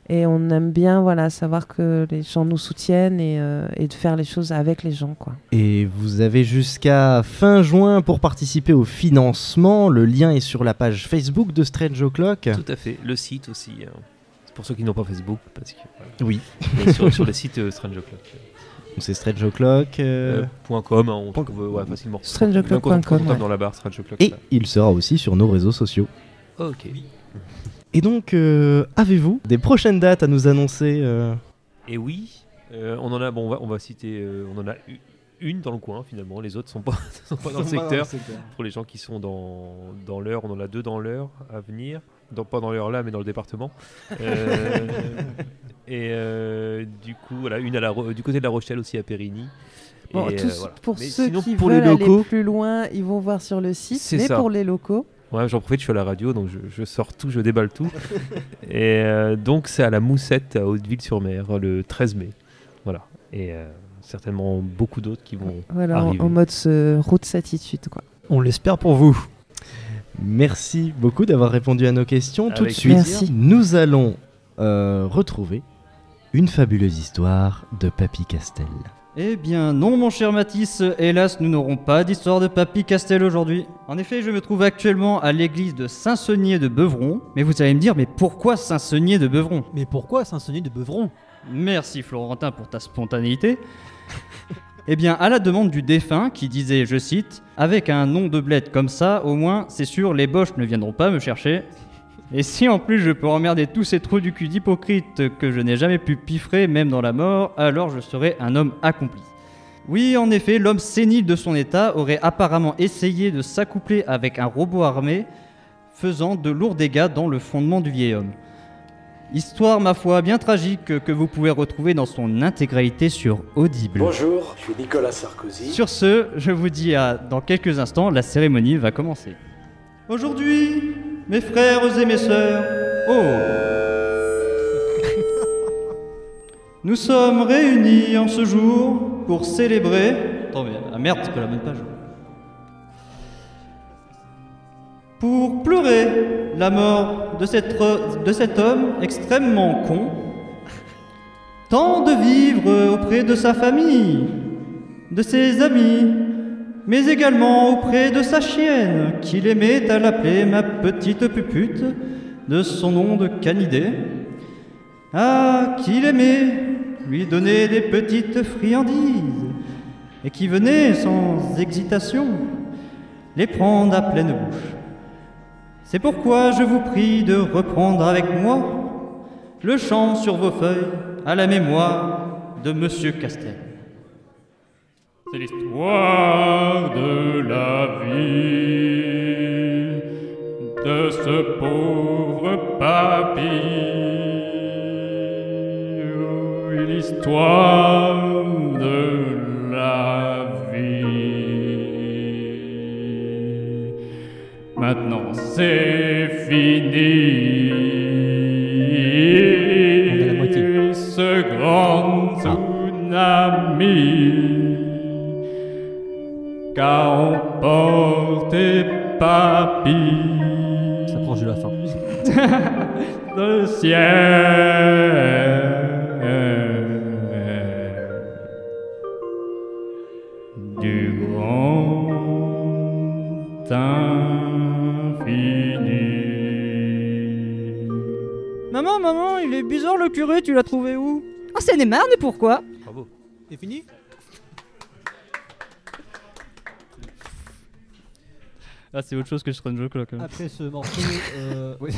Et on aime bien voilà, savoir que les gens nous soutiennent et, euh, et de faire les choses avec les gens, quoi. Et vous avez jusqu'à fin juin pour participer au financement. Le lien est sur la page Facebook de Strange O'Clock. Tout à fait. Le site aussi. Hein. C'est pour ceux qui n'ont pas Facebook. Parce que, voilà. Oui. Et sur, sur le site euh, Strange O'Clock. Donc c'est Strange O'Clock. Euh... Euh, point .com, hein, on trouve ouais, facilement. strange o'clock point com. On tape dans la barre Strange O'Clock. Et là. il sera aussi sur nos réseaux sociaux. Ok. Et donc, euh, avez-vous des prochaines dates à nous annoncer euh... Et oui, euh, on en a. Bon, on va, on va citer. Euh, on en a eu une dans le coin finalement. Les autres sont pas, sont pas dans le secteur. Pour les gens qui sont dans dans l'heure, on en a deux dans l'heure à venir. Dans, pas dans l'heure là, mais dans le département. Euh, et euh, du coup, voilà, une à la, du côté de La Rochelle aussi à Périgny. Bon, et, tous, euh, voilà. pour Mais ceux sinon, qui pour veulent les locaux, aller plus loin, ils vont voir sur le site. C'est mais ça. pour les locaux, ouais, j'en profite, je suis à la radio, donc je, je sors tout, je déballe tout. Et euh, donc c'est à la Moussette à Hauteville-sur-Mer le treize mai. Voilà. Et euh, certainement beaucoup d'autres qui vont voilà, en, arriver. en mode euh, route attitude, quoi. On l'espère pour vous. Merci beaucoup d'avoir répondu à nos questions. Tout de Avec suite, plaisir. nous allons euh, retrouver une fabuleuse histoire de Papy Castel. Eh bien non mon cher Mathis, hélas nous n'aurons pas d'histoire de Papy Castel aujourd'hui. En effet je me trouve actuellement à l'église de Saint-Senier de Beuvron. Mais vous allez me dire, mais pourquoi Saint-Senier de Beuvron ? Mais pourquoi Saint-Senier de Beuvron ? Merci Florentin pour ta spontanéité. Eh bien à la demande du défunt qui disait, je cite, « Avec un nom de bled comme ça, au moins c'est sûr les boches ne viendront pas me chercher. Et si en plus je peux emmerder tous ces trous du cul d'hypocrites que je n'ai jamais pu piffrer même dans la mort, alors je serai un homme accompli. » Oui, en effet, l'homme sénile de son état aurait apparemment essayé de s'accoupler avec un robot armé, faisant de lourds dégâts dans le fondement du vieil homme. Histoire, ma foi, bien tragique que vous pouvez retrouver dans son intégralité sur Audible. Bonjour, je suis Nicolas Sarkozy. Sur ce, je vous dis à dans quelques instants, la cérémonie va commencer. Aujourd'hui, mes frères et mes sœurs, oh nous sommes réunis en ce jour pour célébrer... Attends, mais ah merde, c'est pas la bonne page. Pour pleurer la mort de, cette, de cet homme extrêmement con, tant de vivre auprès de sa famille, de ses amis, mais également auprès de sa chienne, qu'il aimait à l'appeler ma petite pupute, de son nom de canidé. Ah, qu'il aimait lui donner des petites friandises, et qui venait sans hésitation les prendre à pleine bouche. C'est pourquoi je vous prie de reprendre avec moi le chant sur vos feuilles à la mémoire de Monsieur Castel. C'est l'histoire de la vie de ce pauvre papy. L'histoire de la vie. Maintenant c'est fini. On est à la moitié. Ce grand tsunami qu'a emporté papy. Ça approche de la fin. Dans le ciel du grand infini. Maman, maman, il est bizarre le curé, tu l'as trouvé où? En Seine-et-Marne, et pourquoi? Bravo. C'est fini? Ah, c'est autre chose que Strange O'Clock. Hein. Après ce morceau, euh... oui.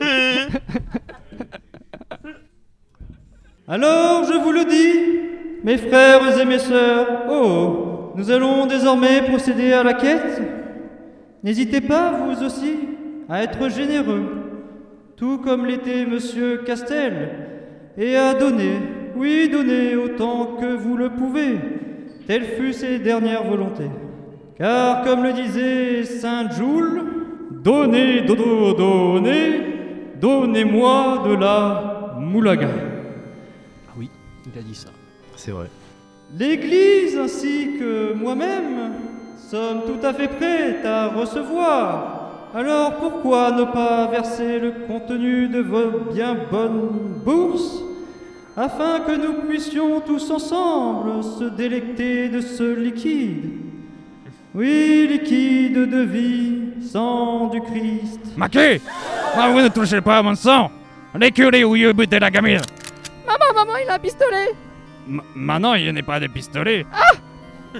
Alors, je vous le dis, mes frères et mes sœurs, oh, nous allons désormais procéder à la quête. N'hésitez pas, vous aussi, à être généreux, tout comme l'était Monsieur Castel, et à donner, oui, donner autant que vous le pouvez. Telle fut ses dernières volontés. Car, comme le disait Saint Joule, donnez, dodo, donnez, donnez-moi de la moulaga. Oui, il a dit ça. C'est vrai. L'Église ainsi que moi-même sommes tout à fait prêts à recevoir Alors pourquoi ne pas verser le contenu de vos bien bonnes bourses afin que nous puissions tous ensemble se délecter de ce liquide? Oui, liquide de vie, sang du Christ. Maquet, moi vous ne touchez pas à mon sang. L'écurie où il butait la gamine. Maman, maman, il a un pistolet. M- maintenant, il n'y a pas de pistolet. Ah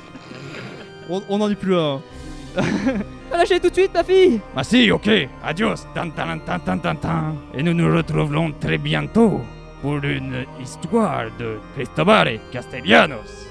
On, on en est plus là. Lâchez tout de suite, ma fille. Ah si, ok. Adios. Tan, tan, tan, tan, tan, tan. Et nous nous retrouverons très bientôt pour une histoire de Cristobal Castellanos.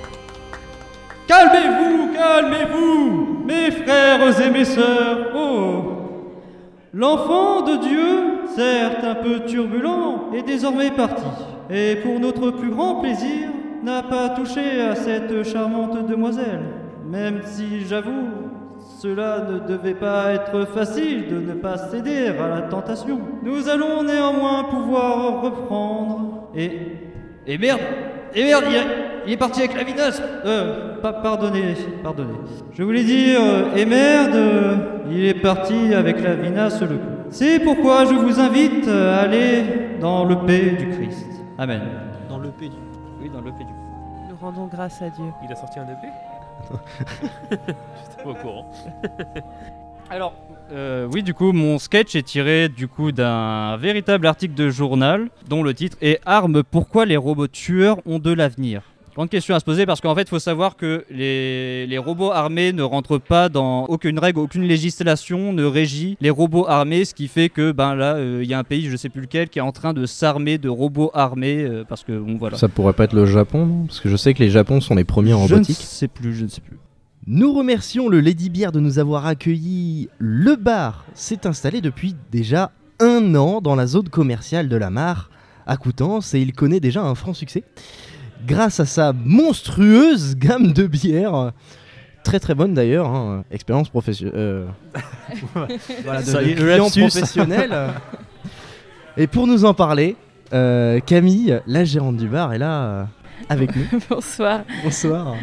Calmez-vous, calmez-vous, mes frères et mes sœurs. Oh, l'enfant de Dieu, certes un peu turbulent, est désormais parti. Et pour notre plus grand plaisir, n'a pas touché à cette charmante demoiselle. Même si, j'avoue, cela ne devait pas être facile de ne pas céder à la tentation. Nous allons néanmoins pouvoir reprendre et... Et merde Et merde, il, a- il est parti avec la vinasse. Euh, pa- pardonnez, pardonnez. Je voulais dire, euh, et merde, euh, il est parti avec la vinasse le coup. C'est pourquoi je vous invite à aller dans le paix du Christ. Amen. Dans le P du. Oui, dans le P du. Nous rendons grâce à Dieu. Il a sorti un E P? J'étais pas au courant. Alors, euh, oui, du coup, mon sketch est tiré du coup d'un véritable article de journal dont le titre est Armes, pourquoi les robots tueurs ont de l'avenir. Grande question à se poser parce qu'en fait, il faut savoir que les, les robots armés ne rentrent pas dans aucune règle, aucune législation ne régit les robots armés, ce qui fait que ben là, il euh, y a un pays, je sais plus lequel, qui est en train de s'armer de robots armés euh, parce que bon voilà. Ça pourrait pas être le Japon, non? Parce que je sais que les Japons sont les premiers en Je ne robotique. sais plus, je ne sais plus. Nous remercions le Lady Beer de nous avoir accueillis. Le bar s'est installé depuis déjà un an dans la zone commerciale de la Mare, à Coutances, et il connaît déjà un franc succès. Grâce à sa monstrueuse gamme de bières, très très bonne d'ailleurs, hein, expérience professionnelle. Euh... voilà, de, Ça de y est, le client lapsus. professionnel. Et pour nous en parler, euh, Camille, la gérante du bar, est là euh, avec nous. Bonsoir. Bonsoir.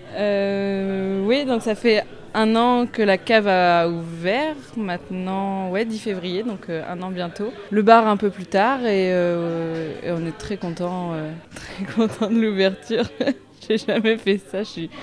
Euh, oui, donc ça fait un an que la cave a ouvert, maintenant, ouais, dix février, donc euh, un an bientôt. Le bar un peu plus tard et, euh, et on est très content, euh, très content de l'ouverture. J'ai jamais fait ça, je suis.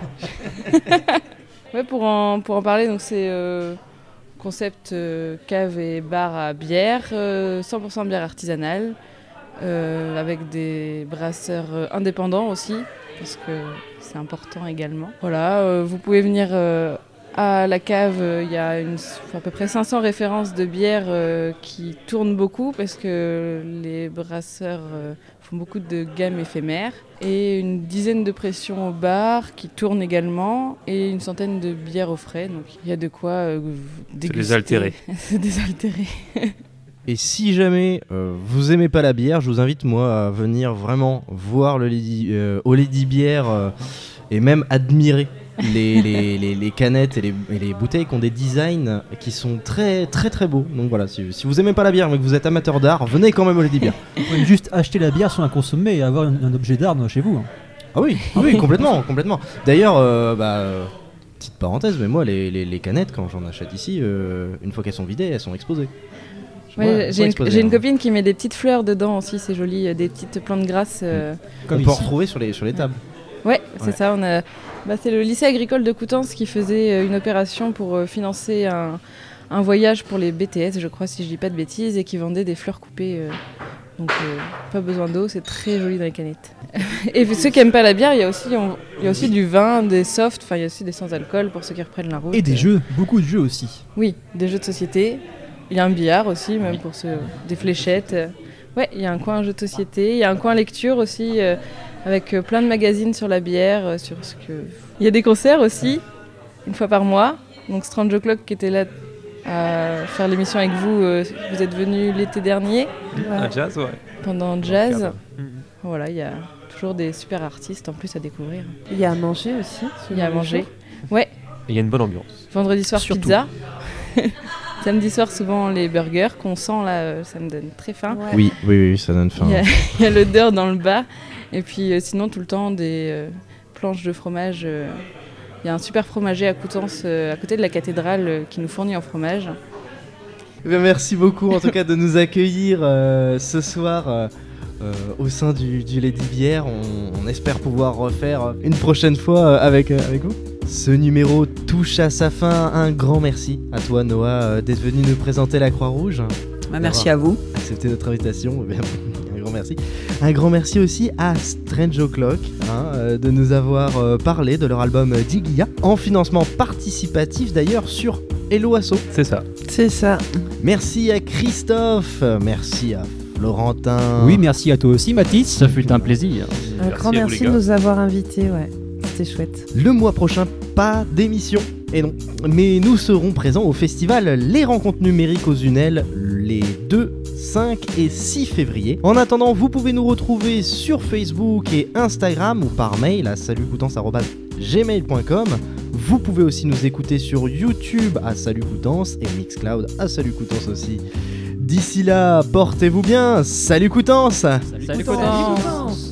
Ouais, pour en pour en parler, donc c'est euh, concept euh, cave et bar à bière, euh, cent pour cent bière artisanale, euh, avec des brasseurs euh, indépendants aussi, parce que c'est important également. Voilà, euh, vous pouvez venir euh, à la cave, il euh, y a une, à peu près cinq cents références de bières euh, qui tournent beaucoup parce que les brasseurs euh, font beaucoup de gammes éphémères et une dizaine de pressions au bar qui tournent également et une centaine de bières au frais, donc il y a de quoi euh, déguster. les altérer. Se désaltérer. Et si jamais euh, vous aimez pas la bière, je vous invite moi à venir vraiment voir le Lady, euh, au Lady Bière euh, et même admirer les, les, les, les canettes et les, et les bouteilles qui ont des designs qui sont très très très beaux. Donc voilà, si, si vous aimez pas la bière mais que vous êtes amateur d'art, venez quand même au Lady Bière. Vous pouvez juste acheter la bière sans la consommer et avoir un, un objet d'art chez vous. hein. Ah oui, ah oui, complètement, complètement. D'ailleurs, euh, bah, euh, petite parenthèse, mais moi les, les, les canettes quand j'en achète ici, euh, une fois qu'elles sont vidées, elles sont exposées. Ouais, Ouais, j'ai une, exposées, j'ai une hein. copine qui met des petites fleurs dedans aussi, c'est joli, euh, des petites plantes grasses. euh. On peut en retrouver sur les, sur les tables. Ouais, c'est Ouais. ça. On a, bah, c'est le lycée agricole de Coutances qui faisait euh, une opération pour euh, financer un, un voyage pour les B T S, je crois, si je dis pas de bêtises, et qui vendait des fleurs coupées. euh. Donc, euh, pas besoin d'eau, c'est très joli dans les canettes. Et ceux qui aiment pas la bière, il y a aussi, on- il y a aussi du vin, des softs, enfin, il y a aussi des sans-alcool pour ceux qui reprennent la route. Et des Euh, jeux, beaucoup de jeux aussi. Oui, des jeux de société. Il y a un billard aussi, même pour ceux, des fléchettes. Euh, Ouais, il y a un coin jeux de société. Il y a un coin lecture aussi, euh, avec euh, plein de magazines sur la bière, euh, sur ce que. Il y a des concerts aussi, une fois par mois. Donc Strange O'Clock qui était là à faire l'émission avec vous, euh, vous êtes venu l'été dernier. Un jazz, ouais. Pendant jazz. Cadre. Voilà, il y a toujours des super artistes en plus à découvrir. Il y a à manger aussi. Il y a à selon le manger. jour. Ouais. Et il y a une bonne ambiance. Vendredi soir, Surtout. pizza. Samedi soir, souvent les burgers qu'on sent là, euh, ça me donne très faim. Oui, oui, oui, ça donne faim. Il y a, il y a l'odeur dans le bas. Et puis euh, sinon, tout le temps, des euh, planches de fromage euh, Il y a un super fromager à Coutances, euh, à côté de la cathédrale, euh, qui nous fournit en fromage. Eh bien, merci beaucoup en tout cas de nous accueillir euh, ce soir euh, euh, au sein du, du Lady Bière. On, on espère pouvoir refaire une prochaine fois euh, avec, euh, avec vous. Ce numéro touche à sa fin. Un grand merci à toi Noah euh, d'être venu nous présenter la Croix-Rouge. Bah, merci à vous. Accepter notre invitation. Eh bien, un grand merci. Un grand merci aussi à Strange O'Clock hein, euh, de nous avoir euh, parlé de leur album euh, Jiguia en financement participatif d'ailleurs sur Hello Asso. C'est ça. C'est ça. Merci à Christophe, merci à Florentin. Oui, merci à toi aussi, Mathis. Ça fut un plaisir. Un grand merci de nous avoir invités, ouais. C'était chouette. Le mois prochain, pas d'émission. Et non, mais nous serons présents au festival Les Rencontres Numériques aux Unelles les deux, cinq et six février. En attendant, vous pouvez nous retrouver sur Facebook et Instagram ou par mail à salutcoutances arobase gmail point com. Vous pouvez aussi nous écouter sur YouTube à Salut Coutances et Mixcloud à Salut Coutances aussi. D'ici là, portez-vous bien. Salut Coutances. Salut, Salut Coutances.